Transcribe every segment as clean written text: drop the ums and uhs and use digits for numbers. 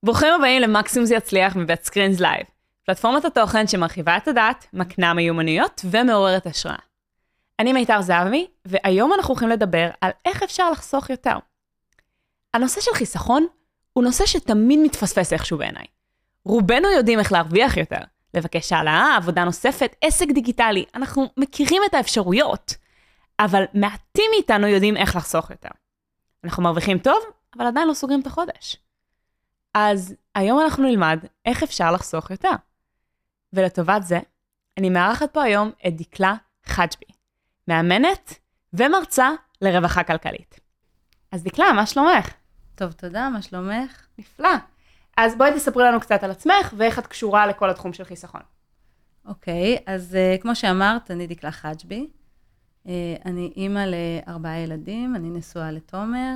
ברוכים הבאים למקסימום זה יצליח מבית סקרינס לייב, פלטפורמת התוכן שמרחיבה את הדעת, מקנה מיומנויות ומעוררת השראה. אני מיתר זהבי, והיום אנחנו הולכים לדבר על איך אפשר לחסוך יותר. הנושא של חיסכון הוא נושא שתמיד מתפספס איכשהו בעיניי. רובנו יודעים איך להרוויח יותר, לבקש העלאה, עבודה נוספת, עסק דיגיטלי, אנחנו מכירים את האפשרויות, אבל מעטים מאיתנו יודעים איך לחסוך יותר. אנחנו מרוויחים טוב, אבל עדיין לא סוגרים את החודש. אז היום אנחנו נלמד איך אפשר לחסוך יותר. ולטובת זה, אני מארחת פה היום את דקלה חג'בי, מאמנת ומרצה לרווחה כלכלית. אז דקלה, מה שלומך? טוב, תודה, מה שלומך? נפלא. אז בואי תספרי לנו קצת על עצמך, ואיך את קשורה לכל התחום של חיסכון. אוקיי, אז כמו שאמרת, אני דקלה חג'בי. אני אימא ל4 ילדים, אני נשואה לתומר.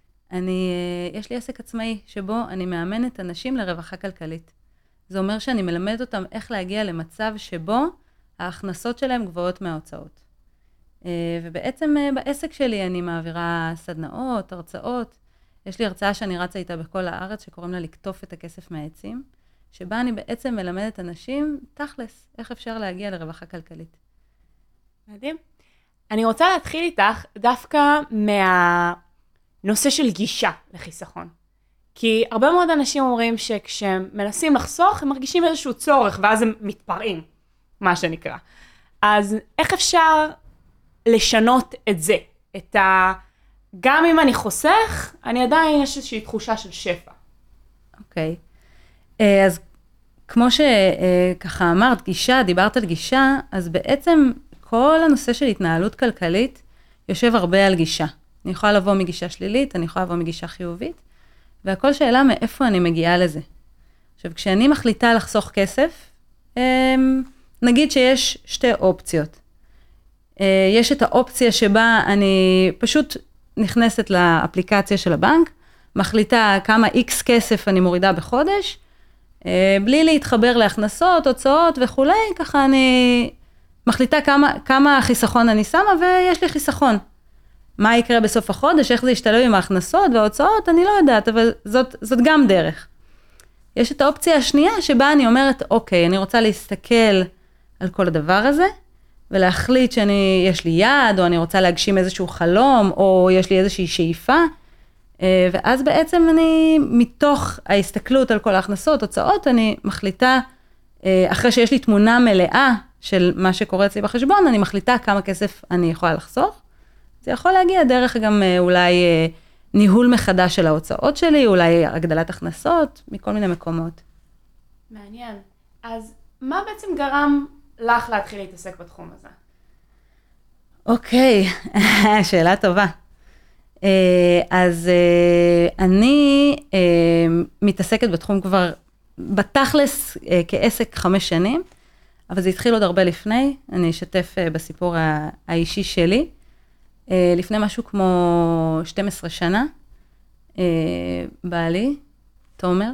יש לי עסק עצמאי שבו אני מאמנת אנשים לרווחה כלכלית. זה אומר שאני מלמד אותם איך להגיע למצב שבו ההכנסות שלהם גבוהות מההוצאות. ובעצם בעסק שלי אני מעבירה סדנאות, הרצאות. יש לי הרצאה שאני רצה איתה בכל הארץ שקוראים לה לקטוף את הכסף מהעצים, שבה אני בעצם מלמדת אנשים תכלס, איך אפשר להגיע לרווחה כלכלית. מדהים. אני רוצה להתחיל איתך דווקא נושא של גישה לחיסכון. כי הרבה מאוד אנשים אומרים שכשהם מנסים לחסוך, הם מרגישים איזשהו צורך, ואז הם מתפרעים, מה שנקרא. אז איך אפשר לשנות את זה? גם אם אני חוסך, אני עדיין יש איזושהי תחושה של שפע. אוקיי. אז כמו שככה אמרת, דיברת על גישה, אז בעצם כל הנושא של התנהלות כלכלית יושב הרבה על גישה. אני יכולה לבוא מגישה שלילית, אני יכולה לבוא מגישה חיובית, והכל שאלה מאיפה אני מגיעה לזה. עכשיו, כשאני מחליטה לחסוך כסף, נגיד שיש 2 אופציות. יש את האופציה שבה אני פשוט נכנסת לאפליקציה של הבנק, מחליטה כמה X כסף אני מורידה בחודש, בלי להתחבר להכנסות, הוצאות וכו', ככה אני מחליטה כמה חיסכון אני שמה, ויש לי חיסכון. מה יקרה בסוף החודש, איך זה ישתלב עם ההכנסות וההוצאות, אני לא יודעת, אבל זאת גם דרך. יש את האופציה השנייה שבה אני אומרת, אוקיי, אני רוצה להסתכל על כל הדבר הזה, ולהחליט שיש לי יעד, או אני רוצה להגשים איזשהו חלום, או יש לי איזושהי שאיפה, ואז בעצם אני, מתוך ההסתכלות על כל ההכנסות, הוצאות, אני מחליטה, אחרי שיש לי תמונה מלאה של מה שקורה אצלי בחשבון, אני מחליטה כמה כסף אני יכולה לחסוך. זה יכול להגיע דרך גם אולי ניהול מחדש של ההוצאות שלי, אולי הגדלת הכנסות, מכל מיני מקומות. מעניין. אז מה בעצם גרם לך להתחיל להתעסק בתחום הזה? אוקיי, שאלה טובה. אז אני מתעסקת בתחום כבר בתכלס כעסק 5 שנים, אבל זה התחיל עוד הרבה לפני, אני אשתף בסיפור האישי שלי. לפני משהו כמו 12 שנה, בעלי, תומר,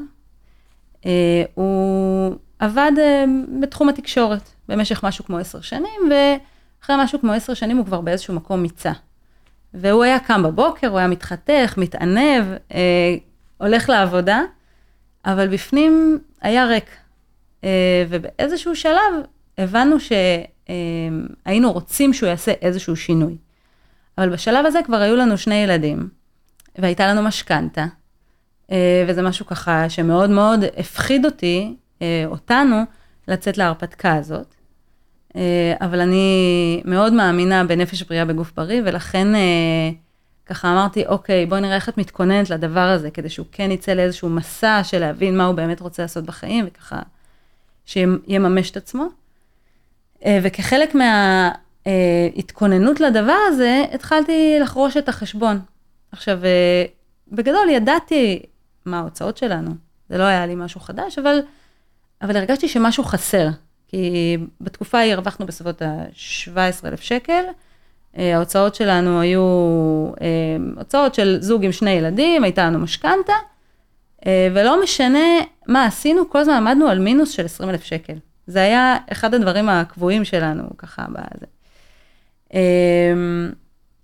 הוא עבד בתחום התקשורת במשך משהו כמו 10 שנים, ואחרי משהו כמו 10 שנים הוא כבר באיזשהו מקום מיצה. והוא היה קם בבוקר, הוא היה מתחתך, מתענב, הולך לעבודה, אבל בפנים היה ריק. ובאיזשהו שלב הבנו שהיינו רוצים שהוא יעשה איזשהו שינוי. אבל בשלב הזה כבר היו לנו 2 ילדים, והייתה לנו משכנתה, וזה משהו ככה שמאוד מאוד הפחיד אותנו, לצאת להרפתקה הזאת. אבל אני מאוד מאמינה בנפש בריאה בגוף בריא, ולכן ככה אמרתי, אוקיי, בואי נראה איך את מתכוננת לדבר הזה, כדי שהוא כן יצא לאיזשהו מסע של להבין מה הוא באמת רוצה לעשות בחיים, וככה שיממש את עצמו. וכחלק התכוננות לדבר הזה, התחלתי לחרוש את החשבון. עכשיו, בגדול ידעתי מה ההוצאות שלנו. זה לא היה לי משהו חדש, אבל הרגשתי שמשהו חסר. כי בתקופה ההיא הרווחנו בסביבות ה-17,000 שקל. ההוצאות שלנו היו הוצאות של זוג עם 2 ילדים, הייתה לנו משכנתה, ולא משנה מה עשינו, כל הזמן עמדנו על מינוס של 20,000 שקל. זה היה אחד הדברים הקבועים שלנו, ככה בזה.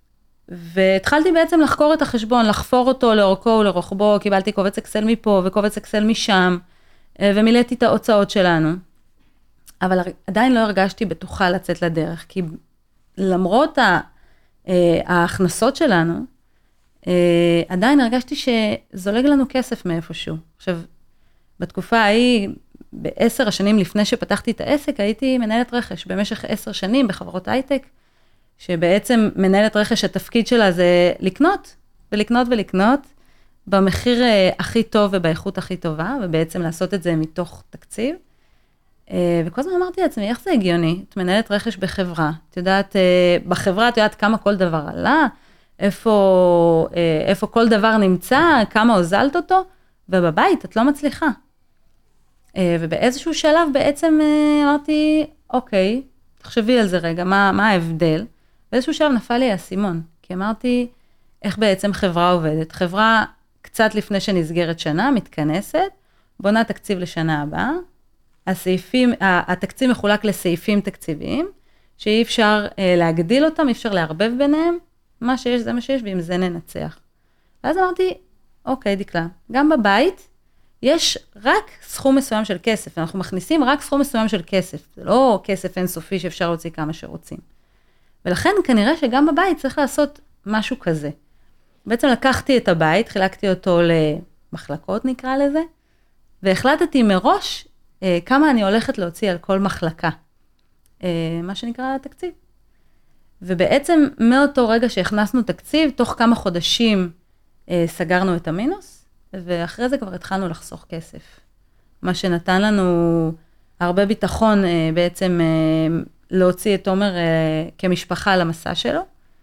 והתחלתי בעצם לחקור את החשבון, לחפור אותו לאורכו ולרוחבו, קיבלתי קובץ אקסל מפה וקובץ אקסל משם, ומילאתי את ההוצאות שלנו. אבל עדיין לא הרגשתי בטוחה לצאת לדרך, כי למרות ההכנסות שלנו, עדיין הרגשתי שזולג לנו כסף מאיפשהו. עכשיו, בתקופה ההיא, ב10 השנים לפני שפתחתי את העסק, הייתי מנהלת רכש במשך 10 שנים בחברות הייטק, שבעצם מנהלת רכש, התפקיד שלה זה לקנות, ולקנות, במחיר הכי טוב ובאיכות הכי טובה, ובעצם לעשות את זה מתוך תקציב. וכל הזמן אמרתי לעצמי, איך זה הגיוני? את מנהלת רכש בחברה, את יודעת, בחברה את יודעת כמה כל דבר עלה, איפה כל דבר נמצא, כמה הוזלת אותו, ובבית את לא מצליחה. ובאיזשהו שלב בעצם אמרתי, אוקיי, תחשבי על זה רגע, מה ההבדל? באיזשהו שלב נפל לי האסימון, כי אמרתי, איך בעצם חברה עובדת? חברה קצת לפני שנסגרת שנה, מתכנסת, בונה תקציב לשנה הבאה, התקציב מחולק לסעיפים תקציביים, שאי אפשר להגדיל אותם, אי אפשר לערבב ביניהם, מה שיש זה מה שיש, ועם זה ננצח. ואז אמרתי, אוקיי, דקלה, גם בבית, יש רק סכום מסוים של כסף, אנחנו מכניסים רק סכום מסוים של כסף, זה לא כסף אינסופי שאפשר להוציא כמה שרוצים. ולכן כנראה שגם בבית צריך לעשות משהו כזה. בעצם לקחתי את הבית, חילקתי אותו למחלקות נקרא לזה, והחלטתי מראש כמה אני הולכת להוציא על כל מחלקה, מה שנקרא תקציב. ובעצם מאותו רגע שהכנסנו תקציב, תוך כמה חודשים סגרנו את המינוס, ואחרי זה כבר התחלנו לחסוך כסף. מה שנתן לנו הרבה ביטחון בעצם להוציא את תומר כמשפחה למסע שלו.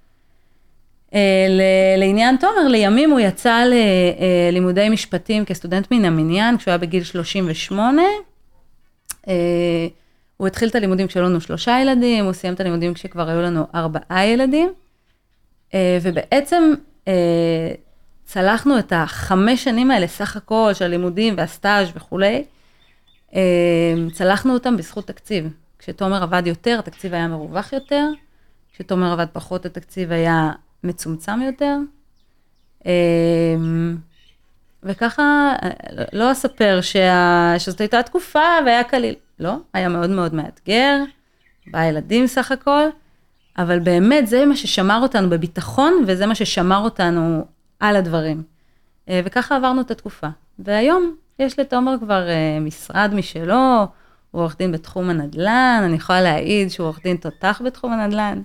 לעניין תומר, לימים הוא יצא ללימודי משפטים כסטודנט מן המניין, כשהוא היה בגיל 38. הוא התחיל את הלימודים כשהיו לנו 3 ילדים, הוא סיים את הלימודים כשכבר היו לנו 4 ילדים, ובעצם צלחנו את 5 שנים האלה, סך הכל של הלימודים והסטאז' וכולי, צלחנו אותם בזכות תקציב. כשתומר עבד יותר, התקציב היה מרווח יותר, כשתומר עבד פחות, התקציב היה מצומצם יותר, וככה לא אספר שזאת הייתה תקופה והיה קליל, לא, היה מאוד מאוד מאתגר, בילדים סך הכל, אבל באמת זה מה ששמר אותנו בביטחון, וזה מה ששמר אותנו על הדברים. וככה עברנו את התקופה. והיום יש לתומר כבר משרד משלו, הוא עורך דין בתחום הנדל"ן, אני יכולה להעיד שהוא עורך דין תותח בתחום הנדל"ן.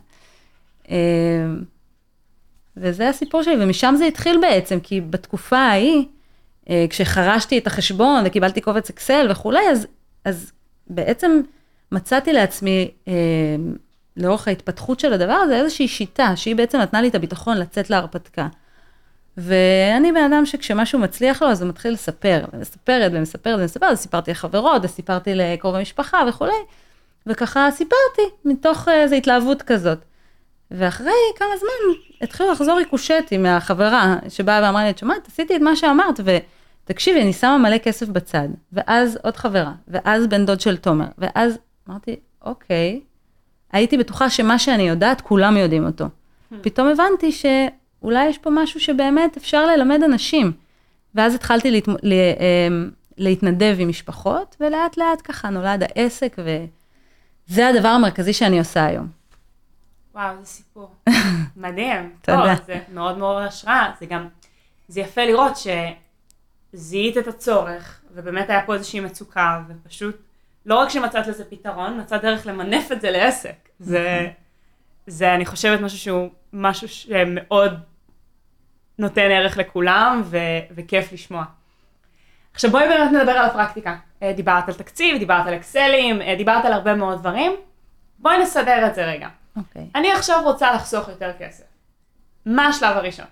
וזה הסיפור שלי, ומשם זה התחיל בעצם, כי בתקופה ההיא, כשחרשתי את החשבון וקיבלתי קובץ אקסל וכו', אז בעצם מצאתי לעצמי, לאורך ההתפתחות של הדבר הזה, איזושהי שיטה, שהיא בעצם נתנה לי את הביטחון לצאת להרפתקה. ואני בן אדם שכשמשהו מצליח לו, אז הוא מתחיל לספר, ומספרת, אז סיפרתי לחברות, אז סיפרתי לקרוב המשפחה וכו', וככה סיפרתי, מתוך איזו התלהבות כזאת. ואחרי כמה זמן, התחילו לחזור ריקושטי מהחברה, שבאה ואמרה לי, את שומעת, עשיתי את מה שאמרת, ותקשיבי, אני שמה מלא כסף בצד, ואז עוד חברה, ואז בן דוד של תומר, ואז אמרתי, אוקיי, הייתי בטוחה שמה שאני יודעת, כולם יודעים אותו. פתאום הבנתי שאולי יש פה משהו שבאמת אפשר ללמד אנשים, ואז התחלתי להתנדב עם משפחות, ולאט לאט ככה נולד העסק, וזה הדבר המרכזי שאני עושה היום. וואו, זה סיפור. מדהים. תודה. זה מאוד מאוד השראה. זה יפה לראות שזיהית את הצורך, ובאמת היה פה איזושהי מצוקה, ופשוט, לא רק שמצאת לזה פתרון, מצאת דרך למנף את זה לעסק. זה אני חושבת משהו שמאוד נותן ערך לכולם, וכיף לשמוע. עכשיו בואי באמת נדבר על הפרקטיקה. דיברת על תקציב, דיברת על אקסלים, דיברת על הרבה מאוד דברים. בואי נסדר את זה רגע. אוקיי. אני עכשיו רוצה לחסוך יותר כסף. מה השלב הראשון?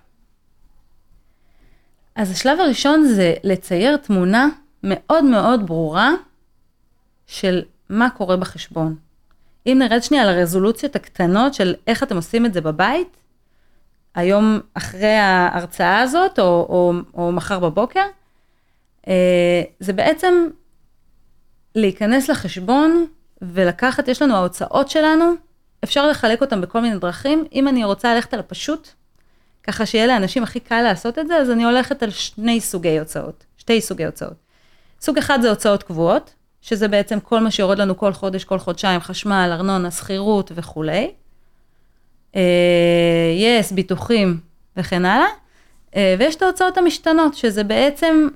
אז השלב הראשון זה לצייר תמונה מאוד מאוד ברורה של מה קורה בחשבון. אם נרד שנייה על הרזולוציות הקטנות של איך אתם עושים את זה בבית, היום אחרי ההרצאה הזאת או מחר בבוקר, זה בעצם להיכנס לחשבון ולקחת, יש לנו ההוצאות שלנו, אפשר לחלק אותם בכל מיני דרכים. אם אני רוצה ללכת על הפשוט, ככה שיהיה לאנשים הכי קל לעשות את זה, אז אני הולכת על שתי סוגי הוצאות. סוג אחד זה הוצאות קבועות, שזה בעצם כל מה שיורד לנו כל חודש, כל חודשיים, חשמל, ארנונה, שכירות וכו'. ביטוחים וכן הלאה. ויש את ההוצאות המשתנות, שזה בעצם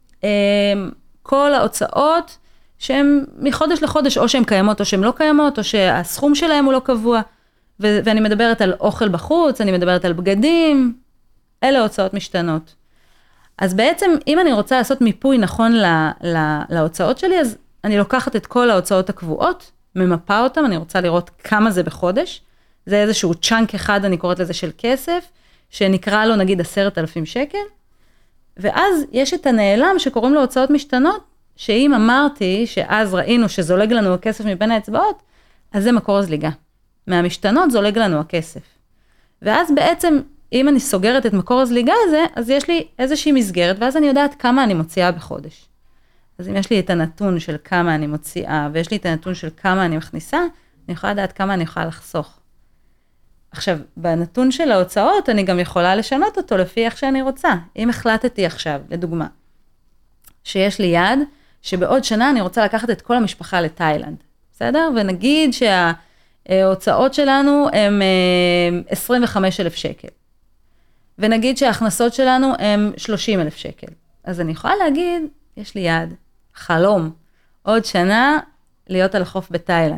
כל ההוצאות שהן מחודש לחודש, או שהן קיימות או שהן לא קיימות, או שהסכום שלהן הוא לא קבוע. ואני מדברת על אוכל בחוץ, אני מדברת על בגדים, אלה הוצאות משתנות. אז בעצם, אם אני רוצה לעשות מיפוי נכון להוצאות שלי, אז אני לוקחת את כל ההוצאות הקבועות, ממפה אותם, אני רוצה לראות כמה זה בחודש. זה איזשהו צ'אנק אחד, אני קוראת לזה של כסף, שנקרא לו נגיד 10,000 שקל. ואז יש את הנעלם שקוראים לו הוצאות משתנות, שאם אמרתי שאז ראינו שזולג לנו הכסף מבין האצבעות, אז זה מקור הזליגה. מהמשתנות זולג לנו הכסף. ואז בעצם, אם אני סוגרת את מקור הזליגה הזה, אז יש לי איזושהי מסגרת, ואז אני יודעת כמה אני מוציאה בחודש. אז אם יש לי את הנתון של כמה אני מוציאה, ויש לי את הנתון של כמה אני מכניסה, אני יכולה לדעת כמה אני יכולה לחסוך. עכשיו, בנתון של ההוצאות, אני גם יכולה לשנות אותו לפי איך שאני רוצה. אם החלטתי עכשיו, לדוגמה, שיש לי יעד, שבעוד שנה אני רוצה לקחת את כל המשפחה לתאילנד. בסדר? ונגיד שההוצאות שלנו הם 25,000 שקל. ונגיד שההכנסות שלנו הם 30,000 שקל. אז אני יכולה להגיד, יש לי יעד, חלום, עוד שנה להיות על החוף בתאילנד.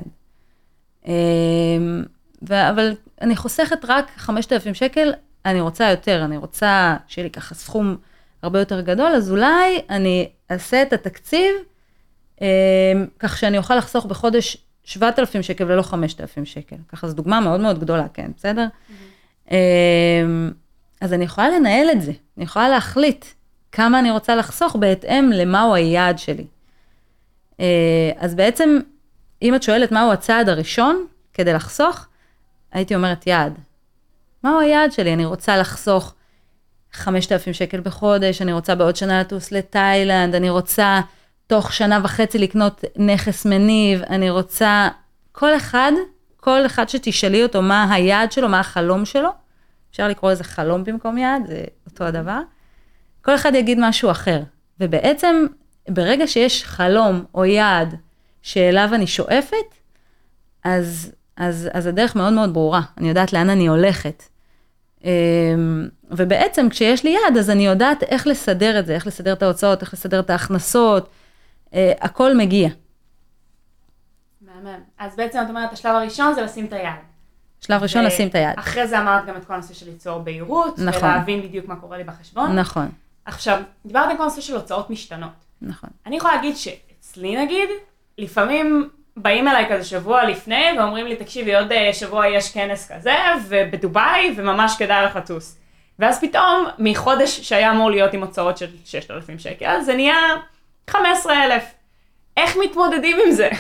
אבל אני חוסכת רק 5,000 שקל, אני רוצה יותר, אני רוצה שיהיה לי ככה סכום הרבה יותר גדול, אז אולי אני אעשה את התקציב, כך שאני אוכל לחסוך בחודש 7,000 שקל ולא 5,000 שקל. ככה זו דוגמה מאוד מאוד גדולה, כן, בסדר? אז אני יכולה לנהל את זה, אני יכולה להחליט כמה אני רוצה לחסוך בהתאם למהו היעד שלי. אז בעצם, אם את שואלת מהו הצעד הראשון כדי לחסוך, הייתי אומרת יעד. מהו היעד שלי? אני רוצה לחסוך 5,000 שקל בחודש, אני רוצה בעוד שנה לטוס לתאילנד, אני רוצה תוך שנה וחצי לקנות נכס מניב, אני רוצה, כל אחד שתשאלי אותו מה היעד שלו, מה החלום שלו, אפשר לקרוא לזה חלום במקום יעד, זה אותו הדבר, כל אחד יגיד משהו אחר, ובעצם ברגע שיש חלום או יעד שאליו אני שואפת, אז הדרך מאוד מאוד ברורה, אני יודעת לאן אני הולכת, ובעצם כשיש לי יעד, אז אני יודעת איך לסדר את זה, איך לסדר את ההוצאות, איך לסדר את ההכנסות, הכל מגיע. מהמם. אז בעצם את אומרת, השלב הראשון זה לשים את היעד. שלב ראשון לשים את היעד. אחרי זה אמרת גם את כל הנושא של ליצור בהירות, נכון. ולהבין בדיוק מה קורה לי בחשבון. נכון. עכשיו, דיברת על כל הנושא של הוצאות משתנות. נכון. אני יכולה להגיד שאצלי נגיד, לפעמים באים אליי כזה שבוע לפני, ואומרים לי, תקשיבי, עוד שבוע יש כנס כזה, ובדוביי, וממש כדאי לך לטוס. ואז פתאום, מחודש שהיה אמור להיות עם הוצאות של 6,000 שקל, זה נהיה 15,000. איך מתמודדים עם זה?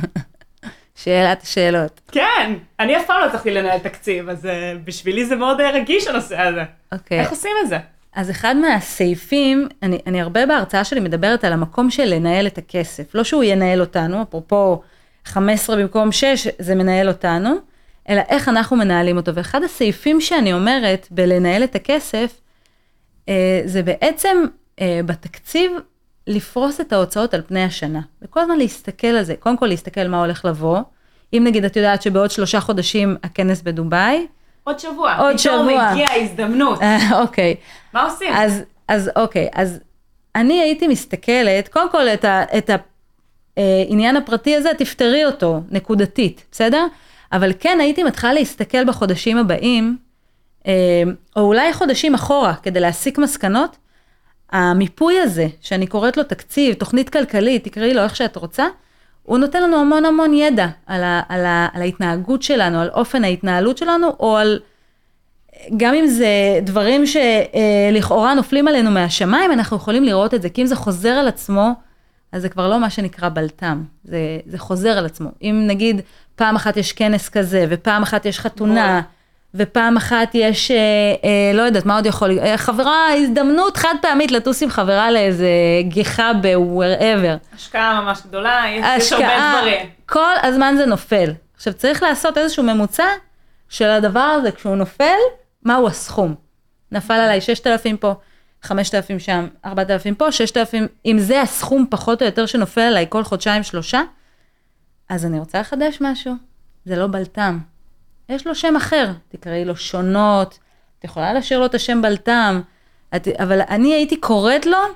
שאלת השאלות. כן, אני אף פעם לא צריכתי לנהל תקציב, אז בשבילי זה מאוד רגיש הנושא הזה. אוקיי. איך עושים את זה? אז אחד מהסעיפים, אני הרבה בהרצאה שלי מדברת על המקום של לנהל את הכסף. לא שהוא ינהל אותנו, אפרופו 15 במקום 6, זה מנהל אותנו, אלא איך אנחנו מנהלים אותו. ואחד הסעיפים שאני אומרת בלנהל את הכסף, זה בעצם בתקציב לפרוס את ההוצאות על פני השנה. וכל הזמן להסתכל על זה. קודם כל להסתכל מה הולך לבוא. אם נגיד את יודעת שבעוד 3 חודשים הכנס בדוביי. עוד שבוע. פתאום הגיעה הזדמנות. אוקיי. מה עושים? אז אוקיי. אז אני הייתי מסתכלת, קודם כל את העניין הפרטי הזה, תפתרי אותו נקודתית, בסדר? אבל כן הייתי מתחילה להסתכל בחודשים הבאים, או אולי חודשים אחורה, כדי להסיק מסקנות, המיפוי הזה, שאני קוראת לו תקציב, תוכנית כלכלית, תקראי לו איך שאת רוצה, הוא נותן לנו המון המון ידע על ההתנהגות שלנו, על אופן ההתנהלות שלנו, או על, גם אם זה דברים שלכאורה נופלים עלינו מהשמיים, אנחנו יכולים לראות את זה, כי אם זה חוזר על עצמו, אז זה כבר לא מה שנקרא בלטם, זה חוזר על עצמו. אם נגיד פעם אחת יש כנס כזה, ופעם אחת יש חתונה, ופעם אחת יש, לא יודעת, מה עוד יכול, חברה, הזדמנות חד פעמית לטוס עם חברה לאיזה גיחה ב-wherever. השקעה ממש גדולה, יש הרבה דברים. כל הזמן זה נופל. עכשיו צריך לעשות איזשהו ממוצע של הדבר הזה, כשהוא נופל, מהו הסכום. נפל עליי 6,000 פה, 5,000 שם, 4,000 פה, 6,000, אם זה הסכום פחות או יותר שנופל עליי כל חודשיים 3, אז אני רוצה לחדש משהו, זה לא בלטם. יש לו שם אחר, תקראי לו שונות, את יכולה להשאיר לו את השם בלטם, אבל אני הייתי קוראת לו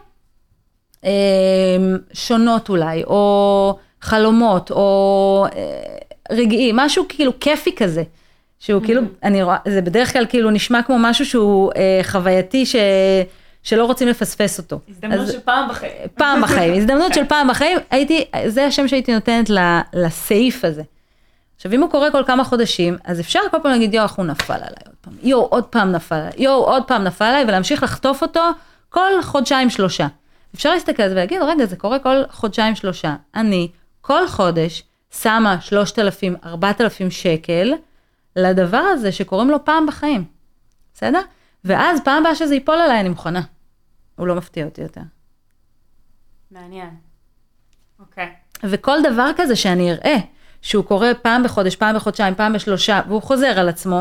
שונות אולי, או חלומות, או רגעי, משהו כאילו כיפי כזה, שהוא כאילו, אני רואה, זה בדרך כלל כאילו נשמע כמו משהו שהוא חווייתי שלא רוצים לפספס אותו. הזדמנות של פעם בחיים. פעם בחיים, הזדמנות של פעם בחיים, זה השם שהייתי נותנת לסעיף הזה. עכשיו, אם הוא קורה כל כמה חודשים, אז אפשר כל פעם להגיד, איך הוא נפל עליי עוד פעם, עוד פעם נפל עליי, עוד פעם נפל עליי, ולהמשיך לחטוף אותו כל חודשיים 3. אפשר להסתכל על זה ולהגיד, רגע, זה קורה כל חודשיים 3. אני כל חודש שמה 3,000, 4,000 שקל לדבר הזה שקוראים לו פעם בחיים. בסדר? ואז פעם הבאה שזה ייפול עליי, אני מוכנה. הוא לא מפתיע אותי יותר. מעניין. אוקיי. וכל דבר כזה שאני אראה, שהוא קורה פעם בחודש, פעם בחודשיים, פעם ב3, והוא חוזר על עצמו,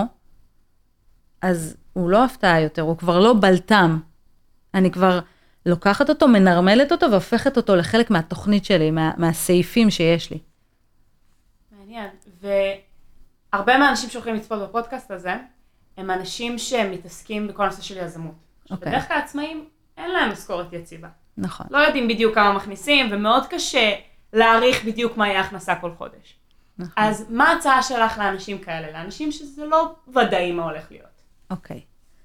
אז הוא לא הפתעה יותר, הוא כבר לא בלטם. אני כבר לוקחת אותו, מנרמלת אותו, והופכת אותו לחלק מהתוכנית שלי, מהסעיפים שיש לי. מעניין. והרבה מהאנשים שהולכים לצפות בפודקאסט הזה, הם אנשים שמתעסקים בכל נושא של יזמות. בדרך כלל עצמאים, אין להם משכורת יציבה. נכון. לא יודעים בדיוק כמה מכניסים, ומאוד קשה להעריך בדיוק מה יהיה הכנסה כל חודש. נכון. אז מה ההצעה שלך לאנשים כאלה? לאנשים שזה לא ודאי מה הולך להיות. אוקיי.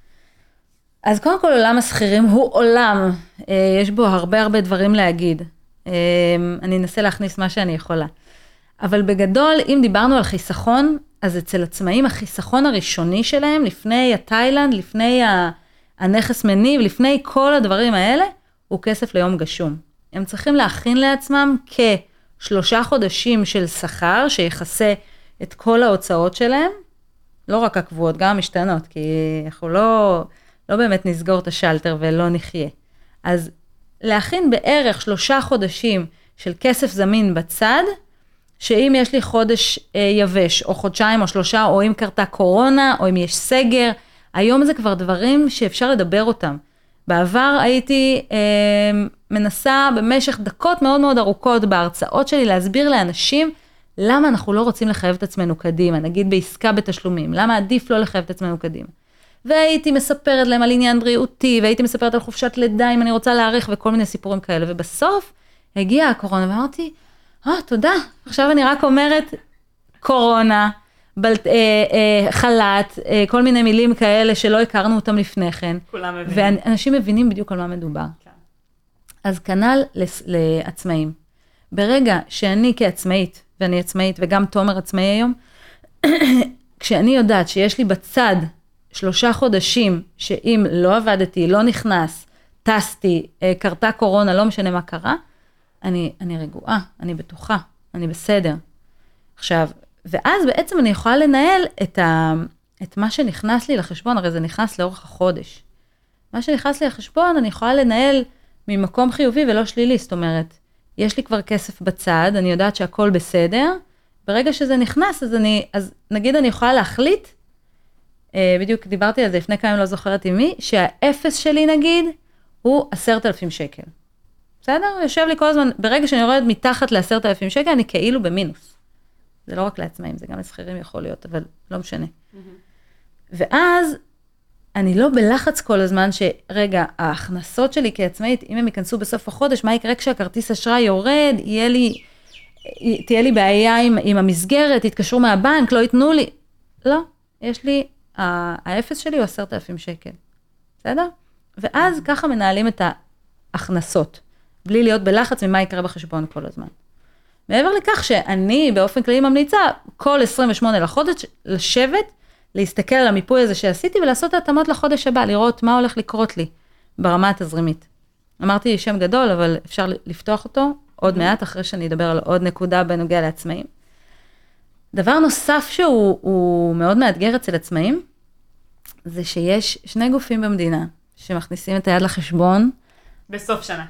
אז קודם כל עולם השכירים הוא עולם, יש בו הרבה דברים להגיד. אני אנסה להכניס מה שאני יכולה. אבל בגדול, אם דיברנו על חיסכון, אז אצל עצמאים החיסכון הראשוני שלהם, לפני התאילנד, לפני הנכס מניב, לפני כל הדברים האלה, הוא כסף ליום גשום. הם צריכים להכין לעצמם כ3 חודשים של שכר, שיחסה את כל ההוצאות שלהם, לא רק הקבועות, גם המשתנות, כי אנחנו לא באמת נסגור את השלטר ולא נחיה. אז להכין בערך 3 חודשים של כסף זמין בצד, שאם יש לי חודש יבש, או חודשיים או 3, או אם קרתה קורונה, או אם יש סגר, היום זה כבר דברים שאפשר לדבר אותם. בעבר הייתי מנסה במשך דקות מאוד ארוכות בהרצאות שלי להסביר לאנשים למה אנחנו לא רוצים לחייב את עצמנו קדימה, נגיד בעסקה בתשלומים, למה עדיף לא לחייב את עצמנו קדימה. והייתי מספרת להם על עניין בריאותי, והייתי מספרת על חופשת לידה אם אני רוצה להאריך וכל מיני סיפורים כאלה, ובסוף הגיעה הקורונה ואמרתי, תודה, עכשיו אני רק אומרת קורונה, חל"ת, כל מיני מילים כאלה שלא הכרנו אותם לפני כן. כולם מבינים. ואנשים מבינים בדיוק על מה מדובר. כן. אז כנ"ל לעצמאים. ברגע שאני כעצמאית, ואני עצמאית וגם תומר עצמאי היום, כשאני יודעת שיש לי בצד 3 חודשים, שאם לא עבדתי, לא נכנס, טסתי, קרתה קורונה, לא משנה מה קרה, אני רגועה, אני בטוחה, אני בסדר. עכשיו, ואז בעצם אני יכולה לנהל את מה שנכנס לי לחשבון, הרי זה נכנס לאורך החודש. מה שנכנס לי לחשבון, אני יכולה לנהל ממקום חיובי ולא שלילי, זאת אומרת, יש לי כבר כסף בצד, אני יודעת שהכל בסדר, ברגע שזה נכנס, אז נגיד אני יכולה להחליט, בדיוק דיברתי על זה לפני כמה, לא זוכרת עם מי, שהאפס שלי נגיד, הוא 10,000 שקל. בסדר? יושב לי כל הזמן, ברגע שאני יורדת מתחת ל10,000 שקל, אני כאילו במינוס. זה לא רק לעצמאים, זה גם לשכירים יכול להיות, אבל לא משנה. ואז, אני לא בלחץ כל הזמן שרגע, ההכנסות שלי כעצמאית, אם הם ייכנסו בסוף החודש, מה יקרה כשהכרטיס אשראי יורד, תהיה לי בעיה עם המסגרת, יתקשרו מהבנק, לא ייתנו לי. לא, יש לי, האפס שלי הוא 10,000 שקל. בסדר? ואז ככה מנהלים את ההכנסות, בלי להיות בלחץ ממה יקרה בחשבון כל הזמן. מעבר לכך שאני באופן כללי ממליצה, כל 28 לחודש לשבת, להסתכל על המיפוי הזה שעשיתי, ולעשות התאמות לחודש הבא, לראות מה הולך לקרות לי, ברמה התזרימית. אמרתי שם גדול, אבל אפשר לפתוח אותו עוד מעט, אחרי שאני אדבר על עוד נקודה בנוגע לעצמאים. דבר נוסף שהוא מאוד מאתגר אצל עצמאים, זה שיש 2 גופים במדינה, שמכניסים את היד לחשבון. בסוף שנה.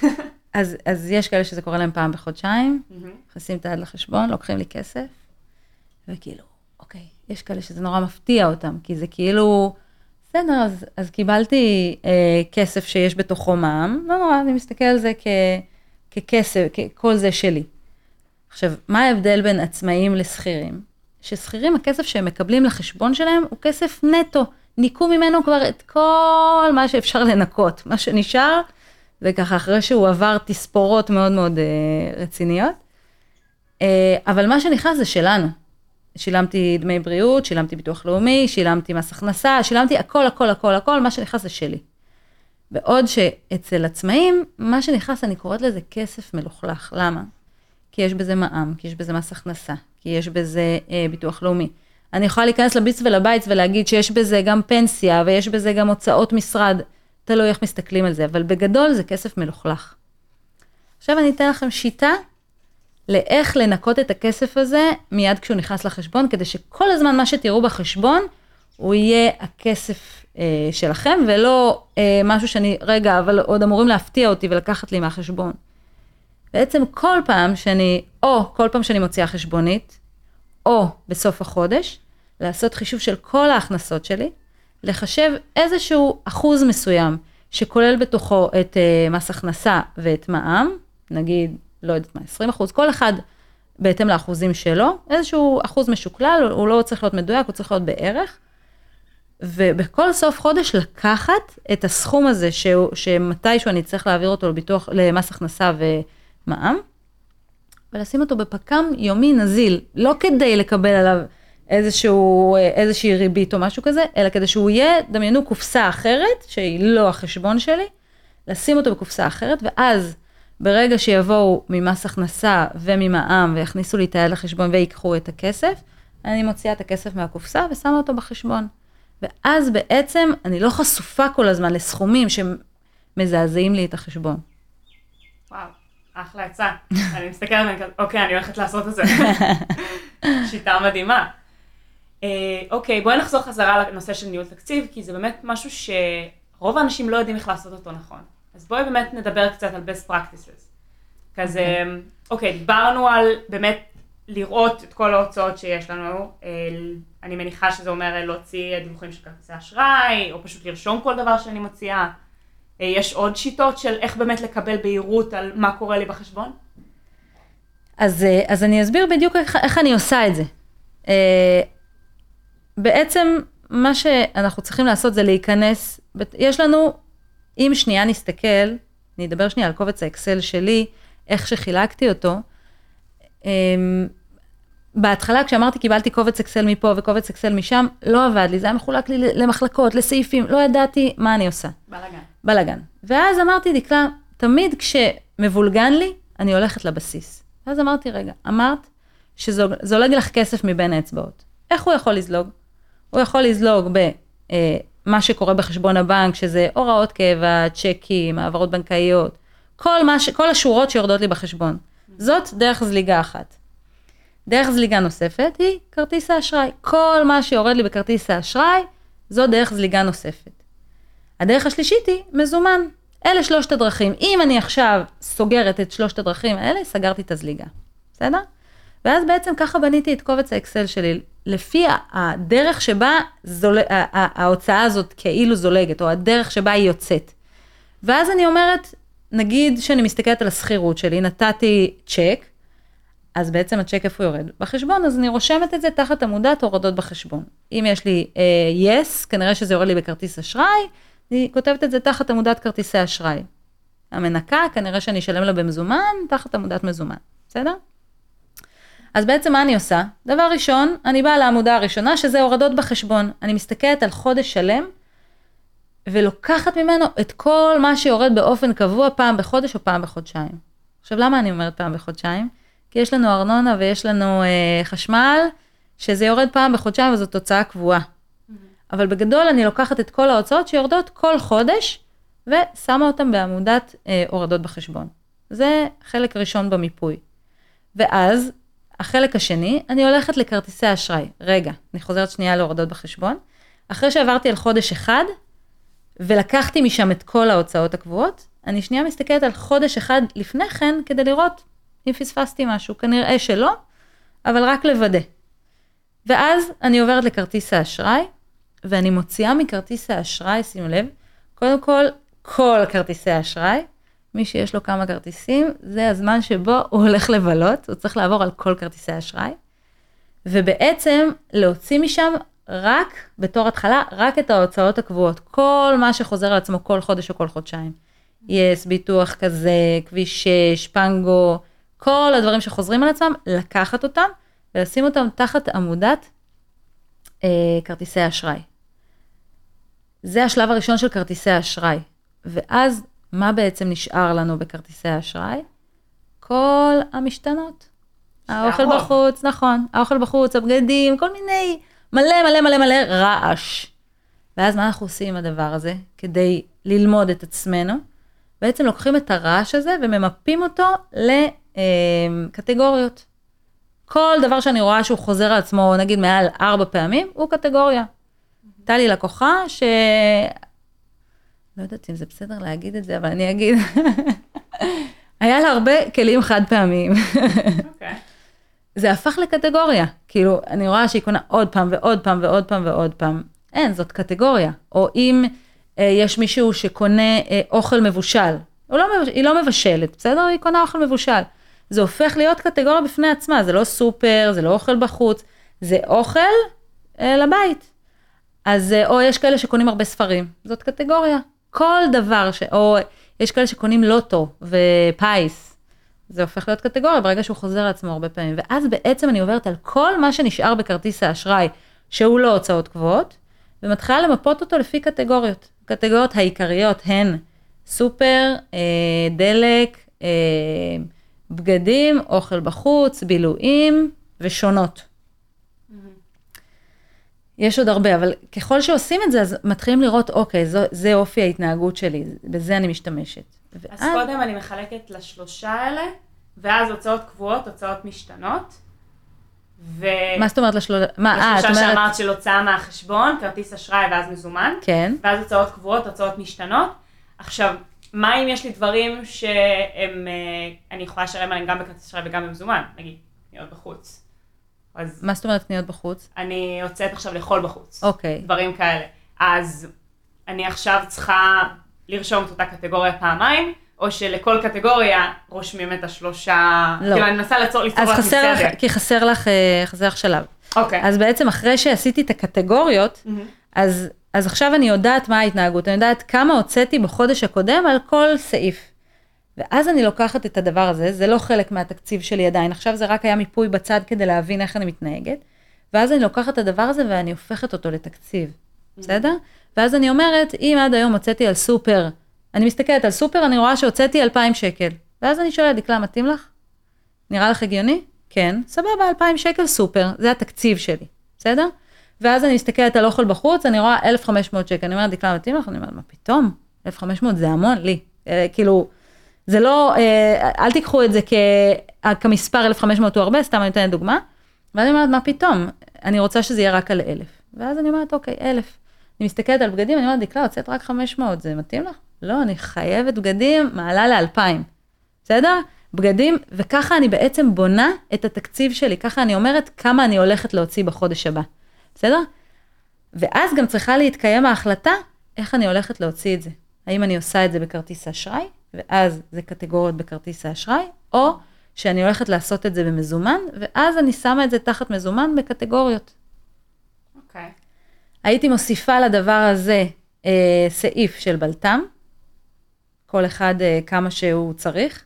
אז יש כאלה שזה קורה להם פעם בחודשיים, מכניסים את היד לחשבון, לוקחים לי כסף, וכאילו, אוקיי, יש כאלה שזה נורא מפתיע אותם, כי זה כאילו, בסדר, אז קיבלתי כסף שיש בתוכו מע"מ, לא נורא, אני מסתכל על זה ככסף, כל זה שלי. עכשיו, מה ההבדל בין עצמאים לשכירים? ששכירים, הכסף שהם מקבלים לחשבון שלהם הוא כסף נטו, ניקו ממנו כבר את כל מה שאפשר לנקות, מה שנשאר, וככה אחרי שהוא עבר תספורות מאוד מאוד רציניות, אבל מה שנכנס זה שלנו. שילמתי דמי בריאות, שילמתי ביטוח לאומי, שילמתי מס הכנסה, שילמתי הכל, מה שנכנס זה שלי. בעוד שאצל עצמאים, מה שנכנס, אני קוראת לזה כסף מלוכלך. למה? כי יש בזה מע"מ, כי יש בזה מס הכנסה, כי יש בזה ביטוח לאומי. אני יכולה להיכנס לביץ ולבית ולהגיד שיש בזה גם פנסיה, ויש בזה גם הוצאות משרד, תלוי איך מסתכלים על זה, אבל בגדול זה כסף מלוכלך. עכשיו אני אתן לכם שיטה, לאיך לנקות את הכסף הזה מיד כשהוא נכנס לחשבון, כדי שכל הזמן מה שתראו בחשבון, הוא יהיה הכסף שלכם, ולא משהו שאני, רגע, אבל עוד אמורים להפתיע אותי ולקחת לי מהחשבון. בעצם כל פעם שאני מוציאה חשבונית, או בסוף החודש, לעשות חישוב של כל ההכנסות שלי, לחשב איזשהו אחוז מסוים, שכולל בתוכו את מס הכנסה ואת מע"מ, נגיד, לא יודעת מה, 20%, כל אחד בהתאם לאחוזים שלו, איזשהו אחוז משוקלל, הוא לא צריך להיות מדויק, הוא צריך להיות בערך, ובכל סוף חודש לקחת את הסכום הזה, שמתישהו אני צריך להעביר אותו למס הכנסה ומע"מ, ולשים אותו בפקם יומי נזיל, לא כדי לקבל עליו איזושהי ריבית או משהו כזה, אלא כדי שהוא יהיה, דמיינו קופסה אחרת, שהיא לא החשבון שלי, לשים אותו בקופסה אחרת, ואז ברגע שיבואו ממס הכנסה וממע"מ, ויכניסו לי את היד לחשבון ויקחו את הכסף, אני מוציאה את הכסף מהקופסה ושמה אותו בחשבון. ואז בעצם אני לא חשופה כל הזמן לסכומים שמזעזעים לי את החשבון. וואו, אחלה עצה. אני מסתכלת ואני כזה, אוקיי, אני הולכת לעשות את זה. שיטה מדהימה. אוקיי, בואי נחזור חזרה לנושא של ניהול תקציב, כי זה באמת משהו שרוב האנשים לא יודעים איך לעשות אותו נכון. אז בואי באמת נדבר קצת על best practices. כזה, אוקיי, דיברנו על באמת לראות את כל ההוצאות שיש לנו. אני מניחה שזה אומר להוציא דיווחים של כרטיסי אשראי, או פשוט לרשום כל דבר שאני מוציאה. יש עוד שיטות של איך באמת לקבל בהירות על מה קורה לי בחשבון? אז אני אסביר בדיוק איך אני עושה את זה. בעצם מה שאנחנו צריכים לעשות זה להיכנס, יש לנו, אם שנייה נסתכל, אני אדבר שנייה על קובץ האקסל שלי, איך שחילקתי אותו, בהתחלה כשאמרתי קיבלתי קובץ אקסל מפה וקובץ אקסל משם, לא עבד לי, זה היה מחולק לי למחלקות, לסעיפים, לא ידעתי מה אני עושה. בלגן. ואז אמרתי, דקלה, תמיד כשמבולגן לי, אני הולכת לבסיס. ואז אמרתי, רגע, אמרת שזולג לך כסף מבין האצבעות. איך הוא יכול לזלוג? הוא יכול לזלוג במה שקורה בחשבון הבנק, שזה הוראות קבע, צ'קים, העברות בנקאיות, כל השורות שיורדות לי בחשבון. זאת דרך זליגה אחת. דרך זליגה נוספת היא כרטיס האשראי. כל מה שיורד לי בכרטיס האשראי, זו דרך זליגה נוספת. הדרך השלישית היא מזומן. אלה שלושת הדרכים. אם אני עכשיו סוגרת את שלושת הדרכים האלה, סגרתי את הזליגה. בסדר? ואז בעצם ככה בניתי את קובץ האקסל שלי, לפי הדרך שבה ההוצאה הזאת כאילו זולגת, או הדרך שבה היא יוצאת. ואז אני אומרת, נגיד שאני מסתכלת על הסחירות שלי, נתתי צ'ק, אז בעצם הצ'ק איפה יורד? בחשבון, אז אני רושמת את זה תחת עמודת הורדות בחשבון. אם יש לי yes, כנראה שזה יורד לי בכרטיס אשראי, אני כותבת את זה תחת עמודת כרטיסי אשראי. המנקה, כנראה שאני אשלם לה במזומן, תחת עמודת מזומן. בסדר? אז בעצם מה אני עושה? דבר ראשון, אני באה לעמודה הראשונה, שזה הורדות בחשבון. אני מסתכלת על חודש שלם, ולוקחת ממנו את כל מה שיורד באופן קבוע, פעם בחודש או פעם בחודשיים. עכשיו, למה אני אומרת פעם בחודשיים? כי יש לנו ארנונה ויש לנו חשמל, שזה יורד פעם בחודשיים, וזו תוצאה קבועה. אבל בגדול אני לוקחת את כל ההוצאות שיורדות כל חודש, ושמה אותם בעמודת הורדות בחשבון. זה חלק ראשון במיפוי. ואז, החלק השני, אני הולכת לכרטיסי אשראי. רגע, אני חוזרת שנייה להורדות בחשבון. אחרי שעברתי על חודש אחד, ולקחתי משם את כל ההוצאות הקבועות, אני שנייה מסתכלת על חודש אחד לפני כן, כדי לראות אם פספסתי משהו. כנראה שלא, אבל רק לוודא. ואז אני עוברת לכרטיס האשראי, ואני מוציאה מכרטיס האשראי, שימו לב, קודם כל כרטיסי האשראי, מי שיש לו כמה כרטיסים, זה הזמן שבו הוא הולך לבלות, הוא צריך לעבור על כל כרטיסי האשראי, ובעצם להוציא משם רק, בתור התחלה, רק את ההוצאות הקבועות, כל מה שחוזר על עצמו כל חודש או כל חודשיים. יש ביטוח כזה, כביש 6, פנגו, כל הדברים שחוזרים על עצמם, לקחת אותם, ולשים אותם תחת עמודת כרטיסי האשראי. זה השלב הראשון של כרטיסי האשראי. ואז מה בעצם נשאר לנו בכרטיסי האשראי? כל המשתנות. האוכל בחוץ, נכון, האוכל בחוץ, הבגדים, כל מיני, מלא רעש. ואז מה אנחנו עושים עם הדבר הזה? כדי ללמוד את עצמנו, בעצם לוקחים את הרעש הזה וממפים אותו לקטגוריות. כל דבר שאני רואה שהוא חוזר על עצמו, נגיד מעל 4 פעמים, הוא קטגוריה. הייתה לי לקוחה לא יודעת אם זה בסדר להגיד את זה, אבל אני אגיד. היה לה הרבה כלים חד פעמיים. אוקיי. זה הפך לקטגוריה. כאילו, אני רואה שהיא קונה עוד פעם ועוד פעם ועוד פעם ועוד פעם. אין, זאת קטגוריה. או אם יש מישהו שקונה אוכל מבושל, היא לא מבשלת, בסדר? היא קונה אוכל מבושל. זה הופך להיות קטגוריה בפני עצמה, זה לא סופר, זה לא אוכל בחוץ, זה אוכל לבית. אז, או יש כאלה שקונים הרבה ספרים, זאת קטגוריה. כל דבר, או יש כאלה שקונים לוטו ופייס, זה הופך להיות קטגוריה ברגע שהוא חוזר לעצמו הרבה פעמים. ואז בעצם אני עוברת על כל מה שנשאר בכרטיס האשראי, שהוא לא הוצאות קבועות, ומתחילה למפות אותו לפי קטגוריות. הקטגוריות העיקריות הן סופר, דלק, בגדים, אוכל בחוץ, בילויים ושונות. יש עוד הרבה, אבל ככל שעושים את זה, אז מתחילים לראות, אוקיי, זה אופי ההתנהגות שלי, בזה אני משתמשת. אז קודם אני מחלקת לשלושה האלה, ואז הוצאות קבועות, הוצאות משתנות. מה זאת אומרת לשלושה? לשלושה שאמרת של הוצאה מהחשבון, כרטיס אשראי ואז מזומן. כן. ואז הוצאות קבועות, הוצאות משתנות. עכשיו, מה אם יש לי דברים שהם, אני יכולה לשלם עליהם גם בכרטיס אשראי וגם במזומן, נגיד, קניות בחוץ. אז מה זאת אומרת קניות בחוץ? אני יוצאת עכשיו לאכול בחוץ. אוקיי. דברים כאלה. אז אני עכשיו צריכה לרשום את אותה קטגוריה פעמיים, או שלכל קטגוריה רושמים את השלושה, לא. כאילו אני מנסה ליצור לך מסדר. כי חסר לך שלב. אוקיי. אז בעצם אחרי שעשיתי את הקטגוריות, אז עכשיו אני יודעת מה ההתנהגות, אני יודעת כמה הוצאתי בחודש הקודם על כל סעיף. ואז אני לוקחת את הדבר הזה, זה לא חלק מהתקציב שלי עדיין, עכשיו זה רק היה מיפוי בצד כדי להבין איך אני מתנהגת, ואז אני לוקחת את הדבר הזה ואני הופכת אותו לתקציב, בסדר? ואז אני אומרת, אם עד היום הוצאתי על סופר, אני מסתכלת על סופר, אני רואה שהוצאתי 2,000 שקל, ואז אני שואלת, דקלה, מתאים לך? נראה לך הגיוני? כן, סבבה, 2,000 שקל סופר, זה התקציב שלי, בסדר? ואז אני מסתכלת על אוכל בחוץ, אני רואה 1,500 שקל, אני אומרת, דקלה, מתאים לך? אני אומרת, מה פתאום? 1,500 זה המון לי, כאילו, זה לא, אל תיקחו את זה כמספר 1,500 הוא הרבה, סתם אני אתן דוגמה, ואני אומרת, מה פתאום? אני רוצה שזה יהיה רק על 1,000. ואז אני אומרת, אוקיי, 1,000. אני מסתכלת על בגדים, אני אומרת, דקלה, הוצאת רק 500, זה מתאים לך? לא, אני חייבת בגדים, מעלה ל2,000. בסדר? בגדים, וככה אני בעצם בונה את התקציב שלי, ככה אני אומרת כמה אני הולכת להוציא בחודש הבא. בסדר? ואז גם צריכה להתקיים ההחלטה, איך אני הולכת להוציא את זה. האם אני עושה את זה בכרטיס האשראי, ואז זה קטגוריות בכרטיס האשראי, או שאני הולכת לעשות את זה במזומן, ואז אני שמה את זה תחת מזומן בקטגוריות. אוקיי. הייתי מוסיפה לדבר הזה סעיף של בלטם, כל אחד כמה שהוא צריך,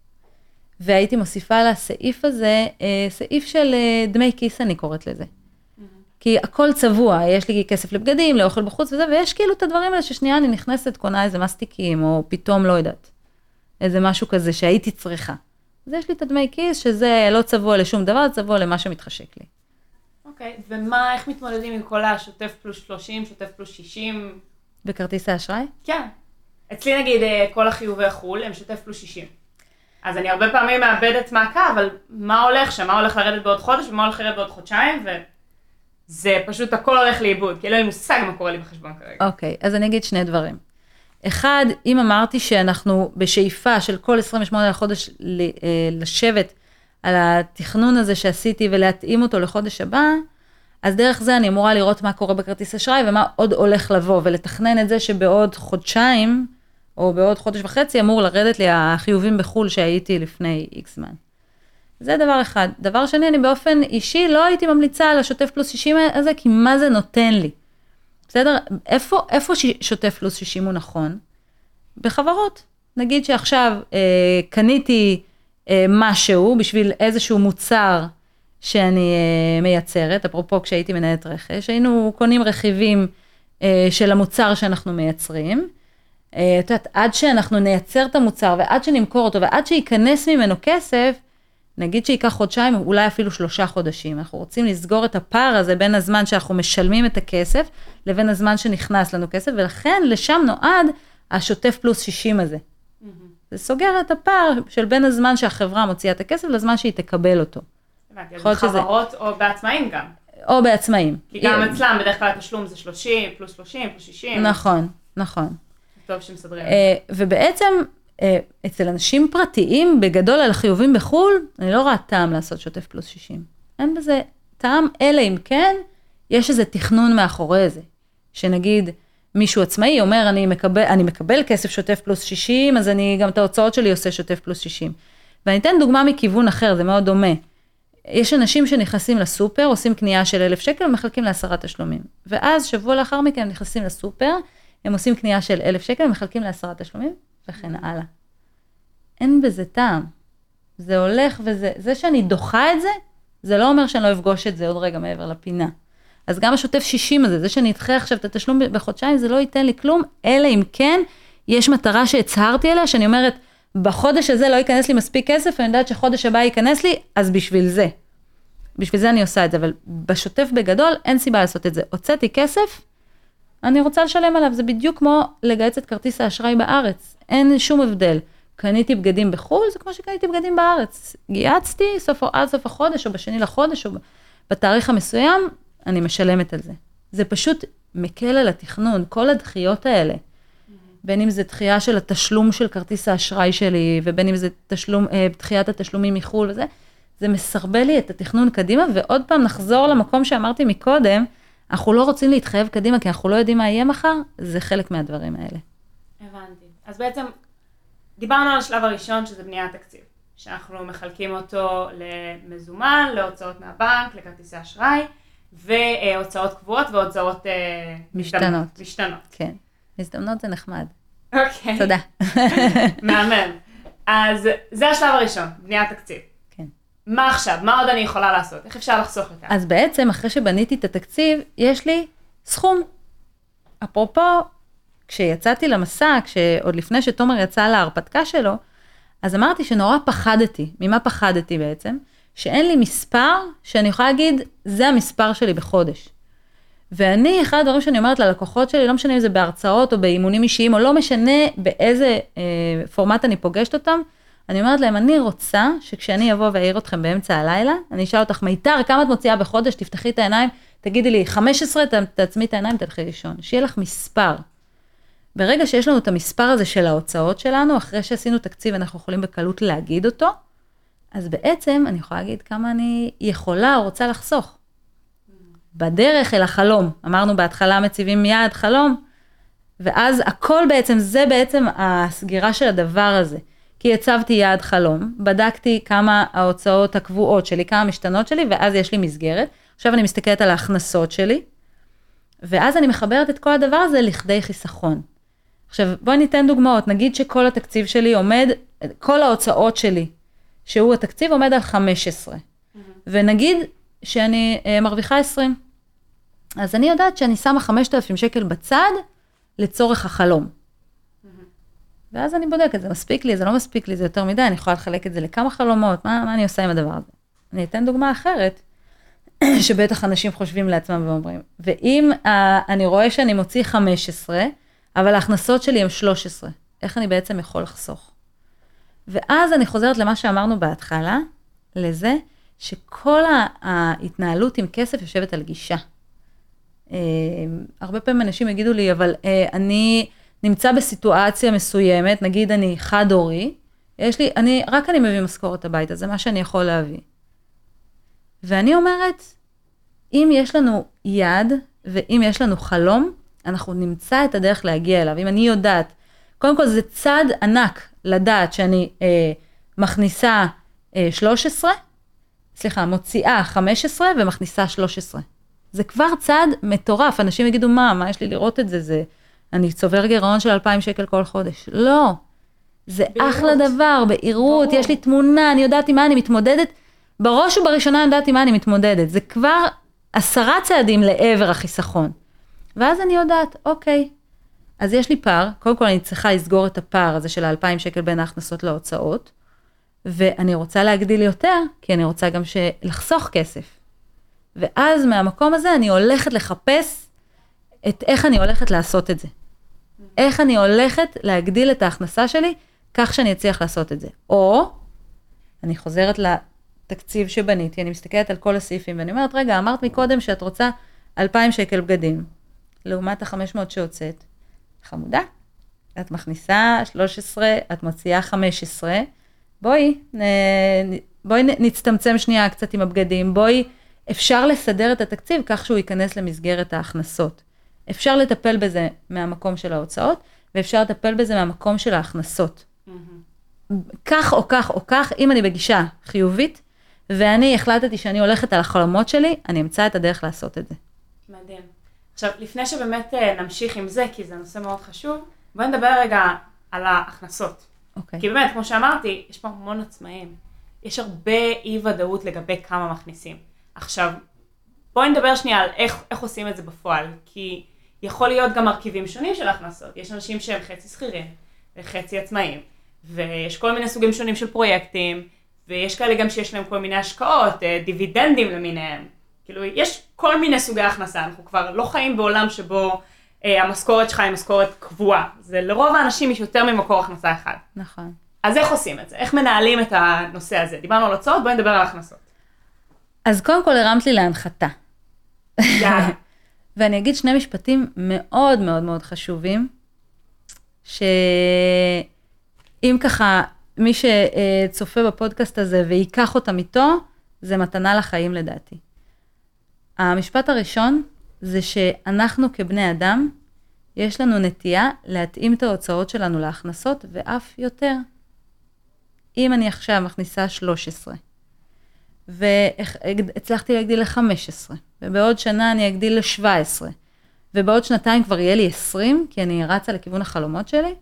והייתי מוסיפה לסעיף הזה, סעיף של דמי כיס אני קוראת לזה. כי הכל צבוע, יש לי כסף לבגדים, לאוכל בחוץ וזה, ויש כאילו את הדברים האלה ששנייה אני נכנסת, קונה איזה מסטיקים, או פתאום לא יודעת, איזה משהו כזה שהייתי צריכה. אז יש לי את הדמי כיס, שזה לא צבוע לשום דבר, זה צבוע למה שמתחשק לי. אוקיי, ומה, איך מתמודדים עם כל השוטף פלוס 30, שוטף פלוס 60? בכרטיס האשראי? כן. אצלי נגיד כל החיובי חול הם שוטף פלוס 60. אז אני הרבה פעמים מאבדת מעקב, אבל מה הולך שם? מה הולך לרדת בעוד חודש ומה הולך לרדת בעוד חודשיים? וזה פשוט הכל הולך לאיבוד, כי אין לי מושג מה קורה לי בחשבון כרגע. אוקיי, אז אני אגיד שני דברים. אחד, אם אמרתי שאנחנו בשאיפה של כל 28 לחודש לשבת על התכנון הזה שעשיתי ולהתאים אותו לחודש הבא, אז דרך זה אני אמורה לראות מה קורה בכרטיס אשראי, ומה עוד הולך לבוא, ולתכנן את זה שבעוד חודשיים, או בעוד חודש וחצי, אמור לרדת לי החיובים בחול שהייתי לפני איקס זמן. זה דבר אחד. דבר שני, אני באופן אישי לא הייתי ממליצה על השוטף פלוס 60 הזה, כי מה זה נותן לי? בסדר? איפה שוטף פלוס 60 הוא נכון? בחברות. נגיד שעכשיו קניתי משהו בשביל איזשהו מוצר שאני מייצרת, אפרופו כשהייתי מנהלת רכש, היינו קונים רכיבים של המוצר שאנחנו מייצרים, את יודעת, עד שאנחנו נייצר את המוצר ועד שנמכור אותו ועד שיכנס ממנו כסף, נגיד שיקח חודשיים, אולי אפילו 3 חודשים. אנחנו רוצים לסגור את הפער הזה בין הזמן שאנחנו משלמים את הכסף, לבין הזמן שנכנס לנו כסף, ולכן לשם נועד השוטף פלוס 60 הזה. זה סוגר את הפער של בין הזמן שהחברה מוציאה את הכסף, לזמן שהיא תקבל אותו. בחברות או בעצמאים גם. או בעצמאים. כי גם אצלם בדרך כלל התשלום זה 30, פלוס 30, פלוס 60. נכון, נכון. טוב שמסדרים. ובעצם אצל אנשים פרטיים, בגדול על החיובים בחול, אני לא רואה טעם לעשות שוטף פלוס 60. אין בזה טעם, אלא אם כן, יש איזה תכנון מאחורי זה. שנגיד, מישהו עצמאי אומר, אני מקבל כסף שוטף פלוס 60, אז אני גם את ההוצאות שלי עושה שוטף פלוס 60. ואני אתן דוגמה מכיוון אחר, זה מאוד דומה. יש אנשים שנכנסים לסופר, עושים קנייה של 1,000 שקל, ומחלקים ל10 תשלומים. ואז שבוע לאחר מכן הם נכנסים לסופר, הם עושים קנייה של 1,000 שקל, ומחלקים ל10 תשלומים, וכן הלאה. אין בזה טעם. זה הולך וזה, זה שאני דוחה את זה, זה לא אומר שאני לא אפגוש את זה עוד רגע מעבר לפינה. אז גם השוטף 60 הזה, זה שאני אדחה עכשיו את התשלום בחודשיים, זה לא ייתן לי כלום, אלא אם כן, יש מטרה שהצהרתי עליה, שאני אומרת, בחודש הזה לא ייכנס לי מספיק כסף, ואני יודעת שחודש הבא ייכנס לי, אז בשביל זה. בשביל זה אני עושה את זה, אבל בשוטף בגדול, אין סיבה לעשות את זה. הוצאתי כסף, אני רוצה לשלם עליו, זה בדיוק כמו לגייס את כרטיס האשראי בארץ. אין שום הבדל. קניתי בגדים בחו"ל, זה כמו שקניתי בגדים בארץ. גייצתי עד סוף החודש, או בשני לחודש, או בתאריך המסוים, אני משלמת על זה. זה פשוט מקל על התכנון, כל הדחיות האלה. בין אם זה דחייה של התשלום של כרטיס האשראי שלי, ובין אם זה דחיית התשלומים מחו"ל וזה, זה מסרבל לי את התכנון קדימה, ועוד פעם נחזור למקום שאמרתי מקודם, אנחנו לא רוצים להתחייב קדימה, כי אנחנו לא יודעים מה יהיה מחר, זה חלק מהדברים האלה. הבנתי. אז בעצם, דיברנו על השלב הראשון, שזה בניית תקציב, שאנחנו מחלקים אותו למזומן, להוצאות מהבנק, לכרטיסי אשראי, והוצאות קבועות והוצאות משתנות. משתנות. כן. הזדמנות זה נחמד. אוקיי. תודה. מהמם. אז זה השלב הראשון, בניית תקציב. כן. מה עכשיו? מה עוד אני יכולה לעשות? איך אפשר לחסוך יותר? אז בעצם, אחרי שבניתי את התקציב, יש לי סכום. אפרופו, כשיצאתי למסע, עוד לפני שתומר יצא להרפתקה שלו, אז אמרתי שנורא פחדתי. ממה פחדתי בעצם? שאין לי מספר שאני יכולה להגיד, זה המספר שלי בחודש. ואני, אחד הדברים שאני אומרת ללקוחות שלי, לא משנה אם זה בהרצאות או באימונים אישיים, או לא משנה באיזה פורמט אני פוגשת אותם, אני אומרת להם, אני רוצה שכשאני אבוא ואעיר אתכם באמצע הלילה, אני אשאל אותך, מיתר, כמה את מוציאה בחודש, תפתחי את העיניים, תגידי לי, 15, תעצמי את העיניים, תלכי לישון. שיהיה לך מספר. ברגע שיש לנו את המספר הזה של ההוצאות שלנו, אחרי שעשינו תקציב, אנחנו יכולים בקלות להגיד אותו, אז בעצם אני יכולה להגיד כמה אני יכולה או רוצה לחסוך. בדרך אל החלום, אמרנו בהתחלה מציבים יעד חלום, ואז הכל בעצם, זה בעצם הסגירה של הדבר הזה. כי הצבתי יעד חלום, בדקתי כמה ההוצאות הקבועות שלי, כמה המשתנות שלי, ואז יש לי מסגרת. עכשיו אני מסתכלת על ההכנסות שלי, ואז אני מחברת את כל הדבר הזה לכדי חיסכון. עכשיו בואי ניתן דוגמאות, נגיד שכל התקציב שלי עומד, כל ההוצאות שלי, שהוא התקציב עומד על 15, ונגיד שאני מרוויחה 20. אז אני יודעת שאני שמה 5,000 שקל בצד לצורך החלום. ואז אני בודקת, זה מספיק לי, זה לא מספיק לי, זה יותר מדי, אני יכולה לחלק את זה לכמה חלומות, מה אני עושה עם הדבר הזה? אני אתן דוגמה אחרת, שבטח אנשים חושבים לעצמם ואומרים, ואם אני רואה שאני מוציא 15, אבל ההכנסות שלי הן 13, איך אני בעצם יכול לחסוך? ואז אני חוזרת למה שאמרנו בהתחלה, לזה שכל ההתנהלות עם כסף יושבת על גישה. הרבה פעמים אנשים יגידו לי, אבל אני נמצא בסיטואציה מסוימת, נגיד אני חד-הורי, רק אני מביא משכורת הביתה, זה מה שאני יכול להביא. ואני אומרת, אם יש לנו יעד, ואם יש לנו חלום, אנחנו נמצא את הדרך להגיע אליו. אם אני יודעת, קודם כל זה צעד ענק לדעת שאני מכניסה 13, מוציאה 15 ומכניסה 13. זה כבר צעד מטורף, אנשים יגידו, מה יש לי לראות את זה? אני צובר גירעון של 2,000 שקל כל חודש. לא, זה אחלה דבר, בעירות, יש לי תמונה, אני יודעת עם מה אני מתמודדת, בראש ובראשונה אני יודעת עם מה אני מתמודדת, זה כבר 10 צעדים לעבר החיסכון. ואז אני יודעת, אוקיי, אז יש לי פער, קודם כל אני צריכה לסגור את הפער הזה של 2,000 שקל בין ההכנסות להוצאות, ואני רוצה להגדיל יותר, כי אני רוצה גם לחסוך כסף. ואז מהמקום הזה אני הולכת לחפש את איך אני הולכת לעשות את זה. איך אני הולכת להגדיל את ההכנסה שלי, כך שאני אצליח לעשות את זה. או, אני חוזרת לתקציב שבניתי, אני מסתכלת על כל הסעיפים, ואני אומרת, רגע, אמרת מקודם שאת רוצה 2,000 שקל בגדים, לעומת ה-500 שהוצאת. חמודה, את מכניסה 13, את מוציאה 15, בואי נצטמצם שנייה קצת עם הבגדים, אפשר לסדר את התקציב כך שהוא ייכנס למסגרת ההכנסות. אפשר לטפל בזה מהמקום של ההוצאות, ואפשר לטפל בזה מהמקום של ההכנסות. כך או כך או כך, אם אני בגישה חיובית, ואני החלטתי שאני הולכת על החלומות שלי, אני אמצא את הדרך לעשות את זה. מדהים. עכשיו, לפני שבאמת נמשיך עם זה, כי זה נושא מאוד חשוב, בואי נדבר רגע על ההכנסות. כי באמת, כמו שאמרתי, יש פה המון עצמאים. יש הרבה אי ודאות לגבי כמה מכניסים. עכשיו, בואי נדבר שנייה על איך עושים את זה בפועל, כי יכול להיות גם מרכיבים שונים של הכנסות. יש אנשים שהם חצי שכירים וחצי עצמאים, ויש כל מיני סוגים שונים של פרויקטים, ויש כאלה גם שיש להם כל מיני השקעות, דיבידנדים למיניהם. כאילו, יש כל מיני סוגי הכנסה. אנחנו כבר לא חיים בעולם שבו המשכורת שלך היא משכורת קבועה. זה לרוב האנשים יש יותר ממקור הכנסה אחד. נכון. אז איך עושים את זה? איך מנהלים את הנושא הזה? דיברנו על הוצאות, בואי נדבר על הכנסות. אז קודם כל הרמת לי להנחתה. יאללה. ואני אגיד שני משפטים מאוד מאוד מאוד חשובים, שאם ככה מי שצופה בפודקאסט הזה ויקח אותם איתו, זה מתנה לחיים לדעתי. המשפט הראשון זה שאנחנו כבני אדם, יש לנו נטייה להתאים את ההוצאות שלנו להכנסות ואף יותר. אם אני עכשיו מכניסה 13, והצלחתי להגדיל ל-15, ובעוד שנה אני אגדיל ל-17, ובעוד שנתיים כבר יהיה לי 20, כי אני רצה לכיוון החלומות שלי,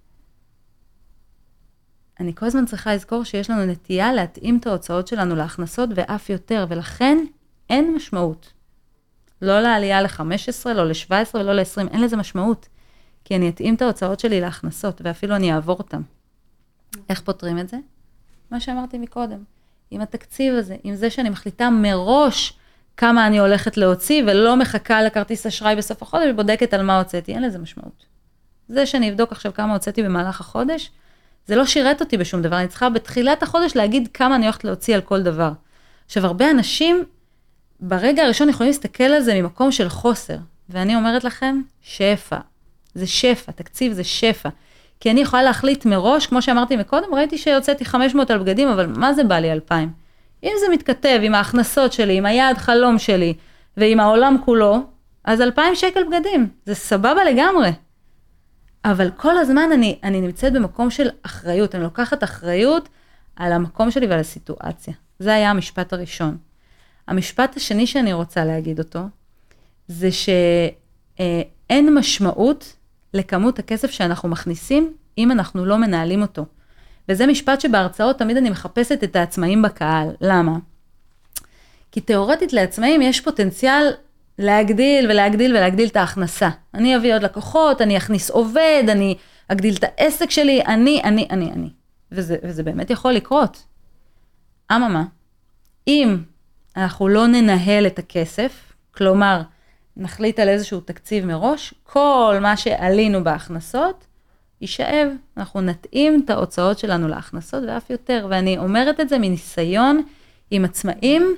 אני כל הזמן צריכה לזכור שיש לנו נטייה להתאים את ההוצאות שלנו להכנסות ואף יותר, ולכן אין משמעות. לא לעלייה ל-15, לא ל-17 ולא ל-20, אין לזה משמעות, כי אני אתאים את ההוצאות שלי להכנסות, ואפילו אני אעבור אותם. איך פותרים את זה? מה שאמרתי מקודם. עם התקציב הזה, עם זה שאני מחליטה מראש כמה אני הולכת להוציא, ולא מחכה לכרטיס אשראי בסוף החודש, ובודקת על מה הוצאתי, אין לזה משמעות. זה שאני אבדוק עכשיו כמה הוצאתי במהלך החודש, זה לא שירת אותי בשום דבר, אני צריכה בתחילת החודש להגיד כמה אני הולכת להוציא על כל דבר. עכשיו, הרבה אנשים, ברגע הראשון יכולים להסתכל על זה ממקום של חוסר, ואני אומרת לכם, שפע. זה שפע, תקציב זה שפע. כי אני יכולה להחליט מראש, כמו שאמרתי מקודם, ראיתי שיוצאתי 500 על בגדים, אבל מה זה בא לי 2,000? אם זה מתכתב עם ההכנסות שלי, עם היעד חלום שלי, ועם העולם כולו, אז 2,000 שקל בגדים, זה סבבה לגמרי. אבל כל הזמן אני נמצאת במקום של אחריות, אני לוקחת אחריות על המקום שלי ועל הסיטואציה. זה היה המשפט הראשון. המשפט השני שאני רוצה להגיד אותו, זה שאין משמעות לכמות הכסף שאנחנו מכניסים, אם אנחנו לא מנהלים אותו. וזה משפט שבהרצאות תמיד אני מחפשת את העצמאים בקהל. למה? כי תיאורטית לעצמאים יש פוטנציאל להגדיל ולהגדיל ולהגדיל את ההכנסה. אני אביא עוד לקוחות, אני אכניס עובד, אני אגדיל את העסק שלי, אני. וזה באמת יכול לקרות. אממה, אם אנחנו לא ננהל את הכסף, כלומר, נחליט על איזשהו תקציב מראש, כל מה שעלינו בהכנסות, יישאב. אנחנו נתאים את ההוצאות שלנו להכנסות ואף יותר. ואני אומרת את זה מניסיון עם עצמאים,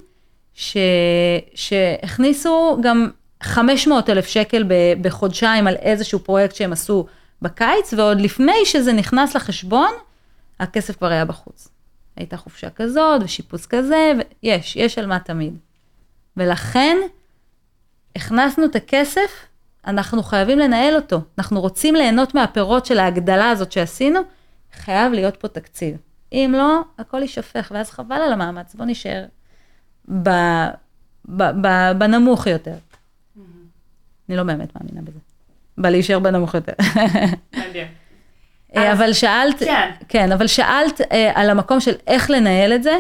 שהכניסו גם 500,000 שקל בחודשיים על איזשהו פרויקט שהם עשו בקיץ, ועוד לפני שזה נכנס לחשבון, הכסף כבר היה בחוץ. הייתה חופשה כזאת ושיפוץ כזה, ויש על מה תמיד. ולכן הכנסנו את הכסף, אנחנו חייבים לנהל אותו. אנחנו רוצים ליהנות מהפירות של ההגדלה הזאת שעשינו, חייב להיות פה תקציב. אם לא, הכל יישפך, ואז חבל על המאמץ. בוא נשאר בנמוך יותר. אני לא באמת מאמינה בזה. להישאר בנמוך יותר. אבל שאלת, כן, אבל שאלת על המקום של איך לנהל את זה,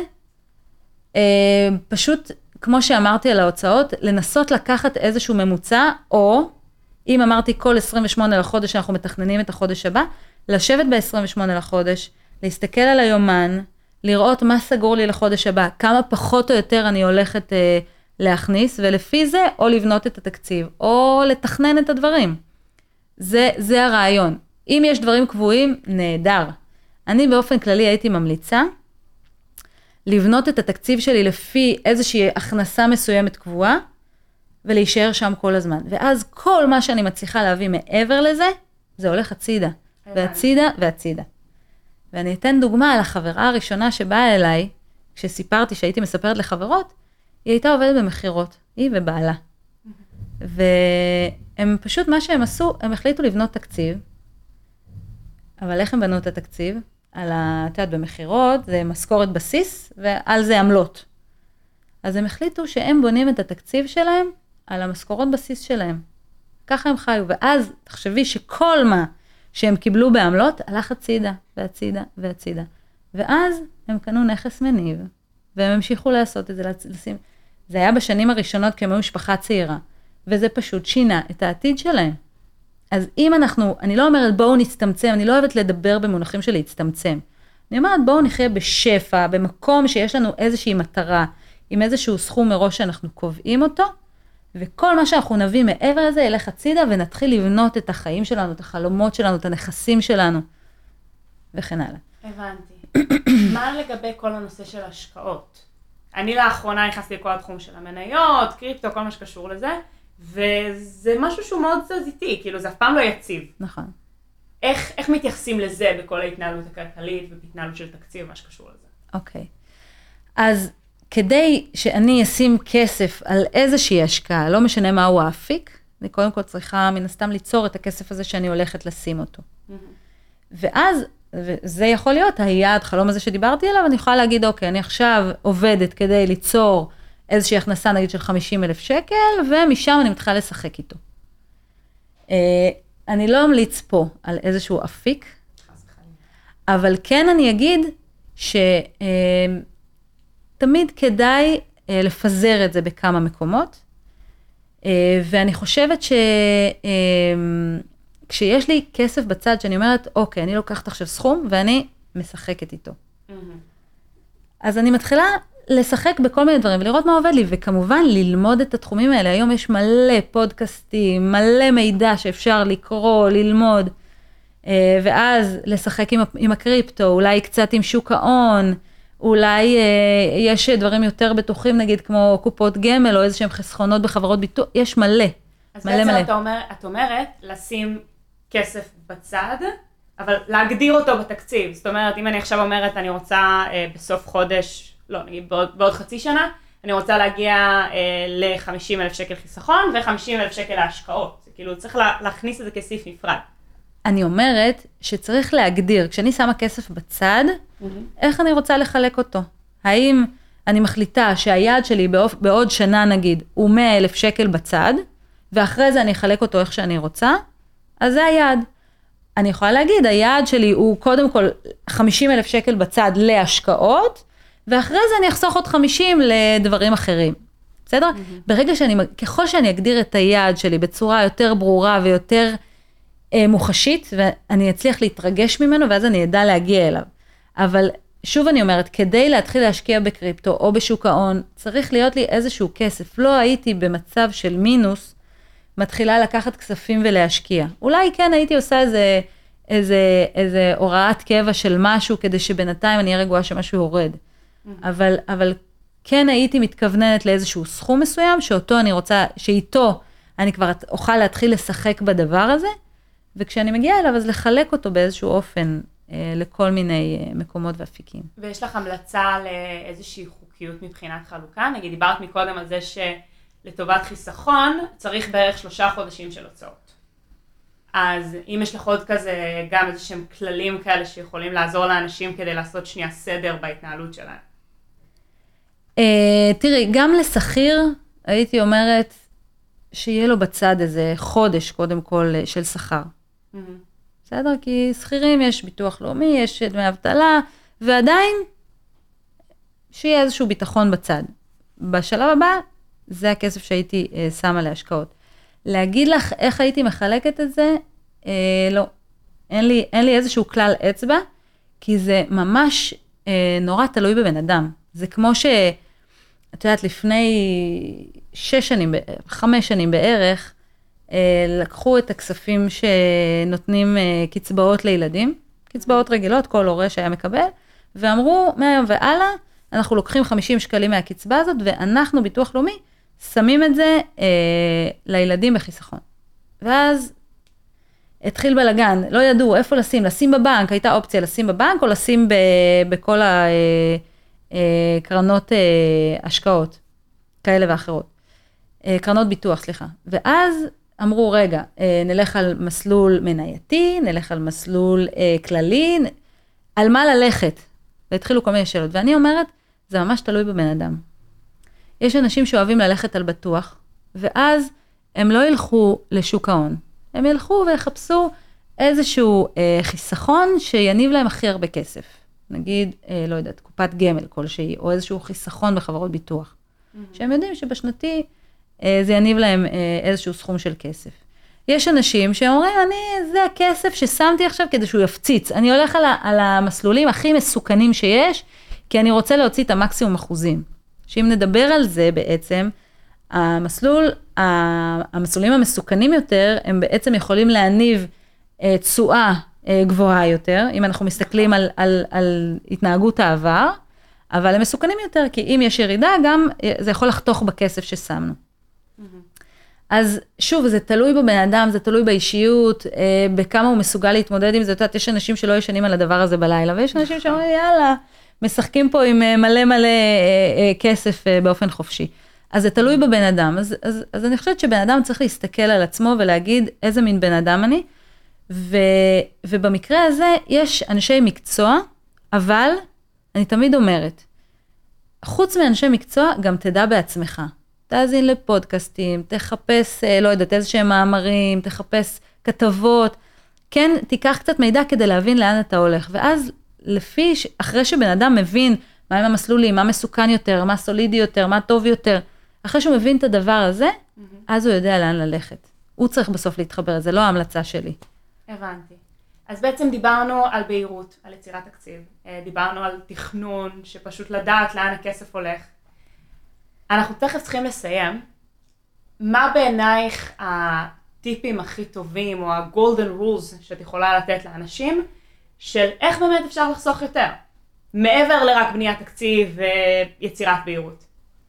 פשוט, כמו שאמרתי על ההוצאות, לנסות לקחת איזשהו ממוצע, או, אם אמרתי כל 28 לחודש, אנחנו מתכננים את החודש הבא, לשבת ב-28 לחודש, להסתכל על היומן, לראות מה סגור לי לחודש הבא, כמה פחות או יותר אני הולכת להכניס, ולפי זה, או לבנות את התקציב, או לתכנן את הדברים. זה הרעיון. אם יש דברים קבועים, נהדר. אני באופן כללי הייתי ממליצה, לבנות את התקציב שלי לפי איזושהי הכנסה מסוימת קבועה, ולהישאר שם כל הזמן. ואז כל מה שאני מצליחה להביא מעבר לזה, זה הולך הצידה, והצידה והצידה. ואני אתן דוגמה על החברה הראשונה שבאה אליי, כשסיפרתי שהייתי מספרת לחברות, היא הייתה עובדת במחירות, היא ובעלה. והם פשוט, מה שהם עשו, הם החליטו לבנות תקציב, אבל איך הם בנו את התקציב? על התיעד במחירות, זה משכורת בסיס, ועל זה עמלות. אז הם החליטו שהם בונים את התקציב שלהם, על המשכורות בסיס שלהם. ככה הם חיו, ואז תחשבי שכל מה שהם קיבלו בעמלות, הלך הצידה, והצידה, והצידה. ואז הם קנו נכס מניב, והם המשיכו לעשות את זה, זה היה בשנים הראשונות כמי משפחה צעירה, וזה פשוט שינה את העתיד שלהם. אז אם אני לא אומרת בואו נצטמצם, אני לא אוהבת לדבר במונחים של להצטמצם. אני אומרת בואו נחיה בשפע, במקום שיש לנו איזושהי מטרה, עם איזשהו סכום מראש שאנחנו קובעים אותו, וכל מה שאנחנו נביא מעבר לזה ילך הצידה, ונתחיל לבנות את החיים שלנו, את החלומות שלנו, את הנכסים שלנו, וכן הלאה. הבנתי. מה לגבי כל הנושא של השקעות? אני לאחרונה נכנסתי לכל התחום של המניות, קריפטו, כל מה שקשור לזה, וזה משהו שהוא מאוד תזזיתי, כאילו זה אף פעם לא יציב. נכון. איך מתייחסים לזה בכל ההתנהלות הכלכלית ובהתנהלות של תקציב, מה שקשור לזה? אוקיי. אז כדי שאני אשים כסף על איזושהי השקעה, לא משנה מהו האפיק, אני קודם כל צריכה מן הסתם ליצור את הכסף הזה שאני הולכת לשים אותו. ואז, וזה יכול להיות היעד, חלום הזה שדיברתי עליו, אני יכולה להגיד, אוקיי, אני עכשיו עובדת כדי ליצור איזושהי הכנסה, נגיד של 50,000 שקל, ומשם אני מתחילה לשחק איתו. אני לא אמליץ פה על איזשהו אפיק, אבל כן אני אגיד שתמיד כדאי לפזר את זה בכמה מקומות, ואני חושבת שכשיש לי כסף בצד, שאני אומרת, אוקיי, אני לוקחת עכשיו סכום, ואני משחקת איתו. אז אני מתחילה לשחק בכל מיני דברים, ולראות מה עובד לי, וכמובן ללמוד את התחומים האלה. היום יש מלא פודקאסטים, מלא מידע שאפשר לקרוא, ללמוד, ואז לשחק עם הקריפטו, אולי קצת עם שוק ההון, אולי יש דברים יותר בטוחים, נגיד כמו קופות גמל, או איזשהם חסכונות בחברות ביטוח, יש מלא. אז בעצם את אומרת, לשים כסף בצד, אבל להגדיר אותו בתקציב. זאת אומרת, אם אני עכשיו אומרת, אני רוצה בסוף חודש, לא, נגיד בעוד חצי שנה, אני רוצה להגיע ל-50,000 שקל חיסכון, ו-50,000 שקל להשקעות. זה כאילו, צריך להכניס את זה כסעיף נפרד. אני אומרת שצריך להגדיר, כשאני שמה כסף בצד, איך אני רוצה לחלק אותו? האם אני מחליטה שהיעד שלי בעוד שנה נגיד, הוא 100,000 שקל בצד, ואחרי זה אני אחלק אותו איך שאני רוצה, אז זה היעד. אני יכולה להגיד, היעד שלי הוא קודם כל 50,000 שקל בצד להשקעות, ואחרי זה אני אחסוך עוד 50 לדברים אחרים. בסדר? ברגע ככל שאני אגדיר את היעד שלי בצורה יותר ברורה ויותר מוחשית, ואני אצליח להתרגש ממנו, ואז אני אדע להגיע אליו. אבל שוב אני אומרת, כדי להתחיל להשקיע בקריפטו או בשוק ההון, צריך להיות לי איזשהו כסף. לא הייתי במצב של מינוס, מתחילה לקחת כספים ולהשקיע. אולי כן הייתי עושה איזה הוראת קבע של משהו, כדי שבינתיים אני אהיה רגועה שמשהו יורד. אבל כן הייתי מתכווננת לאיזשהו סכום מסוים, שאיתו אני כבר אוכל להתחיל לשחק בדבר הזה, וכשאני מגיעה אליו, אז לחלק אותו באיזשהו אופן, לכל מיני מקומות ואפיקים. ויש לך המלצה לאיזושהי חוקיות מבחינת חלוקה? נגיד, דיברת מקודם על זה לטובת חיסכון, צריך בערך 3 חודשים של הוצאות. אז אם יש לך עוד כזה, גם איזה שהם כללים כאלה שיכולים לעזור לאנשים כדי לעשות שנייה סדר בהתנהלות שלהם. תראי, גם לשכיר, הייתי אומרת, שיהיה לו בצד איזה חודש, קודם כל, של שכר. בסדר? כי שכירים יש ביטוח לאומי, יש דמי אבטלה, ועדיין, שיהיה איזשהו ביטחון בצד. בשלב הבא, זה הכסף שהייתי שמה להשקעות. להגיד לך איך הייתי מחלקת את זה, לא. אין לי איזשהו כלל אצבע, כי זה ממש נורא תלוי בבן אדם. זה כמו את יודעת, לפני 5 שנים בערך, לקחו את הכספים שנותנים קצבאות לילדים, קצבאות רגילות, כל הורה שהיה מקבל, ואמרו, מהיום והלאה, אנחנו לוקחים 50 שקלים מהקצבה הזאת, ואנחנו, ביטוח לאומי, שמים את זה לילדים בחיסכון. ואז התחיל בלגן, לא ידעו איפה לשים בבנק, הייתה אופציה לשים בבנק, או לשים בכל קרנות השקעות, כאלה ואחרות. קרנות ביטוח, סליחה. ואז אמרו, רגע, נלך על מסלול מנייתי, נלך על מסלול כללי, על מה ללכת? והתחילו כל מיני שאלות. ואני אומרת, זה ממש תלוי בבן אדם. יש אנשים שאוהבים ללכת על בטוח, ואז הם לא ילכו לשוק ההון. הם ילכו ויחפשו איזשהו חיסכון שיניב להם הכי הרבה כסף. נגיד, לא יודעת, קופת גמל כלשהי, או איזשהו חיסכון בחברות ביטוח. שהם יודעים שבשנתי זה יניב להם איזשהו סכום של כסף. יש אנשים שאומרים, זה הכסף ששמתי עכשיו כדי שהוא יפציץ. אני הולך על המסלולים הכי מסוכנים שיש, כי אני רוצה להוציא את המקסימום אחוזים. שאם נדבר על זה בעצם, המסלולים המסוכנים יותר, הם בעצם יכולים להניב תשואה גבוהה יותר, אם אנחנו מסתכלים על התנהגות העבר, אבל הם מסוכנים יותר, כי אם יש ירידה, גם זה יכול לחתוך בכסף ששמנו. אז שוב, זה תלוי בבן אדם, זה תלוי באישיות, בכמה הוא מסוגל להתמודד עם זה. את יודעת, יש אנשים שלא ישנים על הדבר הזה בלילה, ויש אנשים שאומרים, יאללה, משחקים פה עם מלא כסף באופן חופשי. אז זה תלוי בבן אדם. אז אני חושבת שבן אדם צריך להסתכל על עצמו ולהגיד איזה מין בן אדם אני, ובמקרה הזה יש אנשי מקצוע, אבל אני תמיד אומרת, חוץ מאנשי מקצוע, גם תדע בעצמך. תאזין לפודקאסטים, תחפש, לא יודעת, איזשהם מאמרים, תחפש כתבות, כן, תיקח קצת מידע כדי להבין לאן אתה הולך. ואז אחרי שבן אדם מבין מה הם המסלולים, מה מסוכן יותר, מה סולידי יותר, מה טוב יותר, אחרי שהוא מבין את הדבר הזה, אז הוא יודע לאן ללכת. הוא צריך בסוף להתחבר, זה לא ההמלצה שלי. הבנתי. אז בעצם דיברנו על בהירות, על יצירת תקציב, דיברנו על תכנון, שפשוט לדעת לאן הכסף הולך. אנחנו תכף צריכים לסיים. מה בעינייך הטיפים הכי טובים, או ה-golden rules שאת יכולה לתת לאנשים, של איך באמת אפשר לחסוך יותר, מעבר לרק בניית תקציב ויצירת בהירות?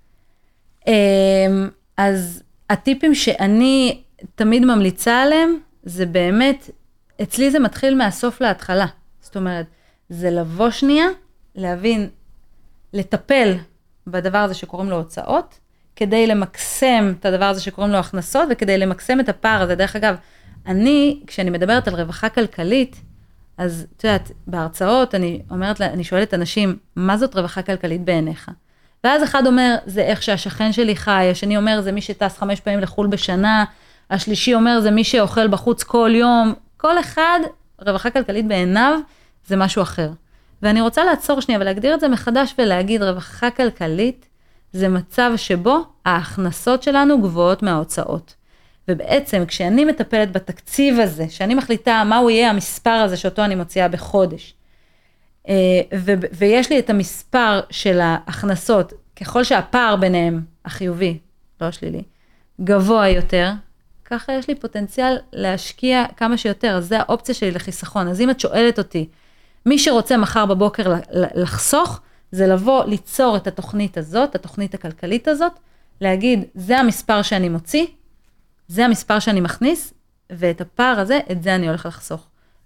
אז הטיפים שאני תמיד ממליצה עליהם, זה באמת, אצלי זה מתחיל מהסוף להתחלה. זאת אומרת, זה לבוא שנייה, להבין, לטפל בדבר הזה שקוראים לו הוצאות, כדי למקסם את הדבר הזה שקוראים לו הכנסות, וכדי למקסם את הפער הזה. דרך אגב, כשאני מדברת על רווחה כלכלית, אז את יודעת, בהרצאות אני שואלת אנשים, מה זאת רווחה כלכלית בעיניך? ואז אחד אומר, זה איך שהשכן שלי חי, השני אומר, זה מי שטס 5 פעמים לחול בשנה, השלישי אומר, זה מי שאוכל בחוץ כל יום. כל אחד, רווחה כלכלית בעיניו, זה משהו אחר. ואני רוצה לעצור שנייה ולהגדיר את זה מחדש ולהגיד, רווחה כלכלית זה מצב שבו ההכנסות שלנו גבוהות מההוצאות. ובעצם כשאני מטפלת בתקציב הזה, שאני מחליטה מהו יהיה המספר הזה שאותו אני מוציאה בחודש, ויש לי את המספר של ההכנסות, ככל שהפער ביניהם, החיובי, לא השלילי, גבוה יותר, ככה יש לי פוטנציאל להשקיע כמה שיותר, אז זה האופציה שלי לחיסכון. אז אם את שואלת אותי, מי שרוצה מחר בבוקר לחסוך, זה לבוא, ליצור את התוכנית הזאת, התוכנית הכלכלית הזאת, להגיד, זה המספר שאני מוציא, זה המספר שאני מכניס, ואת הפער הזה, את זה אני הולך לחסוך.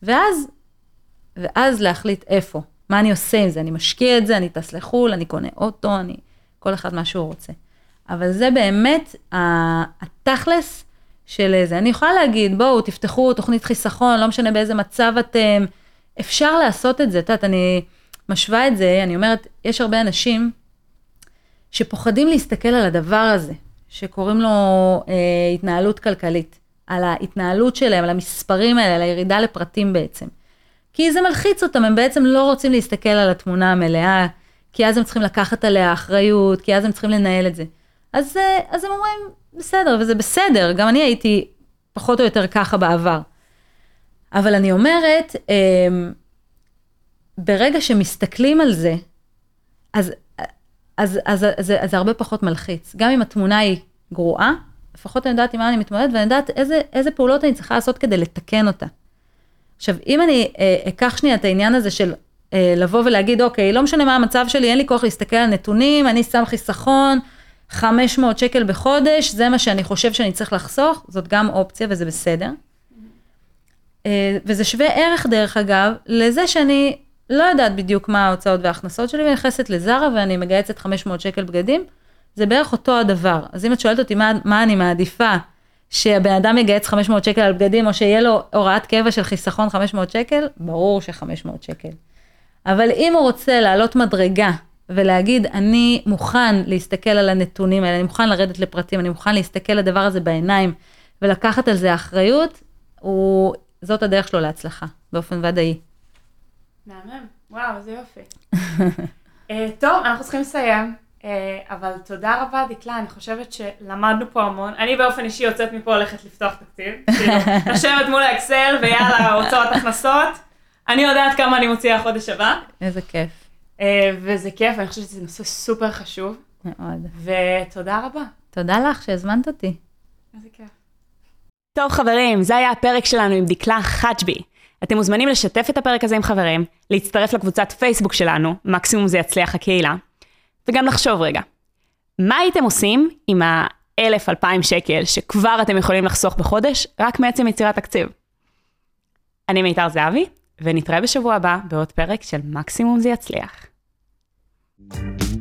ואז להחליט איפה, מה אני עושה עם זה, אני משקיע את זה, אני טס לחול, אני קונה אוטו, כל אחד מה שהוא רוצה. אבל זה באמת התכלס של זה. אני יכולה להגיד, בואו, תפתחו תוכנית חיסכון, לא משנה באיזה מצב אתם, אפשר לעשות את זה. את יודעת, אני משווה את זה, אני אומרת, יש הרבה אנשים שפוחדים להסתכל על הדבר הזה, שקוראים לו התנהלות כלכלית, על ההתנהלות שלהם, על המספרים האלה, על הירידה לפרטים בעצם. כי זה מלחיץ אותם, הם בעצם לא רוצים להסתכל על התמונה המלאה, כי אז הם צריכים לקחת עליה אחריות, כי אז הם צריכים לנהל את זה. אז הם אומרים, בסדר, וזה בסדר, גם אני הייתי פחות או יותר ככה בעבר. אבל אני אומרת, ברגע שמסתכלים על זה, אז זה הרבה פחות מלחיץ. גם אם התמונה היא גרועה, לפחות אני יודעת עם מה אני מתמודדת, ואני יודעת איזה פעולות אני צריכה לעשות כדי לתקן אותה. עכשיו, אם אני אקח שנייה את העניין הזה של לבוא ולהגיד, אוקיי, לא משנה מה המצב שלי, אין לי כוח להסתכל על נתונים, אני שם חיסכון, 500 שקל בחודש, זה מה שאני חושב שאני צריך לחסוך, זאת גם אופציה וזה בסדר. וזה שווה ערך דרך אגב, לזה שאני לא יודעת בדיוק מה ההוצאות וההכנסות שלי, ואני נכנסת לזרה ואני מגייצת 500 שקל בגדים, זה בערך אותו הדבר. אז אם את שואלת אותי מה אני מעדיפה, שהבן אדם יגייץ 500 שקל על בגדים, או שיהיה לו הוראת קבע של חיסכון 500 שקל, ברור ש500 שקל. אבל אם הוא רוצה לעלות מדרגה, ולהגיד, אני מוכן להסתכל על הנתונים האלה, אני מוכן לרדת לפרטים, אני מוכן להסתכל על הדבר הזה בעיניים, ולקחת על זה אחריות, זאת הדרך שלו להצלחה, באופן ודאי. מהמם, וואו, זה יופי. טוב, אנחנו צריכים לסיים, אבל תודה רבה, דקלה, אני חושבת שלמדנו פה המון. אני באופן אישי יוצאת מפה הולכת לפתוח תקציב, לשבת מול האקסל, ויאללה, הוצאות הכנסות. אני יודעת כמה אני מוציאה החודש הבא. איזה כיף. וזה כיף, אני חושבת שזה נושא סופר חשוב. מאוד. ותודה רבה. תודה לך שהזמנת אותי. איזה כיף. טוב חברים, זה היה הפרק שלנו עם דקלה חג'בי. אתם מוזמנים לשתף את הפרק הזה עם חברים, להצטרף לקבוצת פייסבוק שלנו, מקסימום זה יצליח הקהילה, וגם לחשוב רגע, מה הייתם עושים עם ה1,000-2,000 שקל שכבר אתם יכולים לחסוך בחודש, רק מעצם יצירת תקציב? אני מיתר זהבי, ונתראה בשבוע הבא בעוד פרק של מקסימום זה יצליח.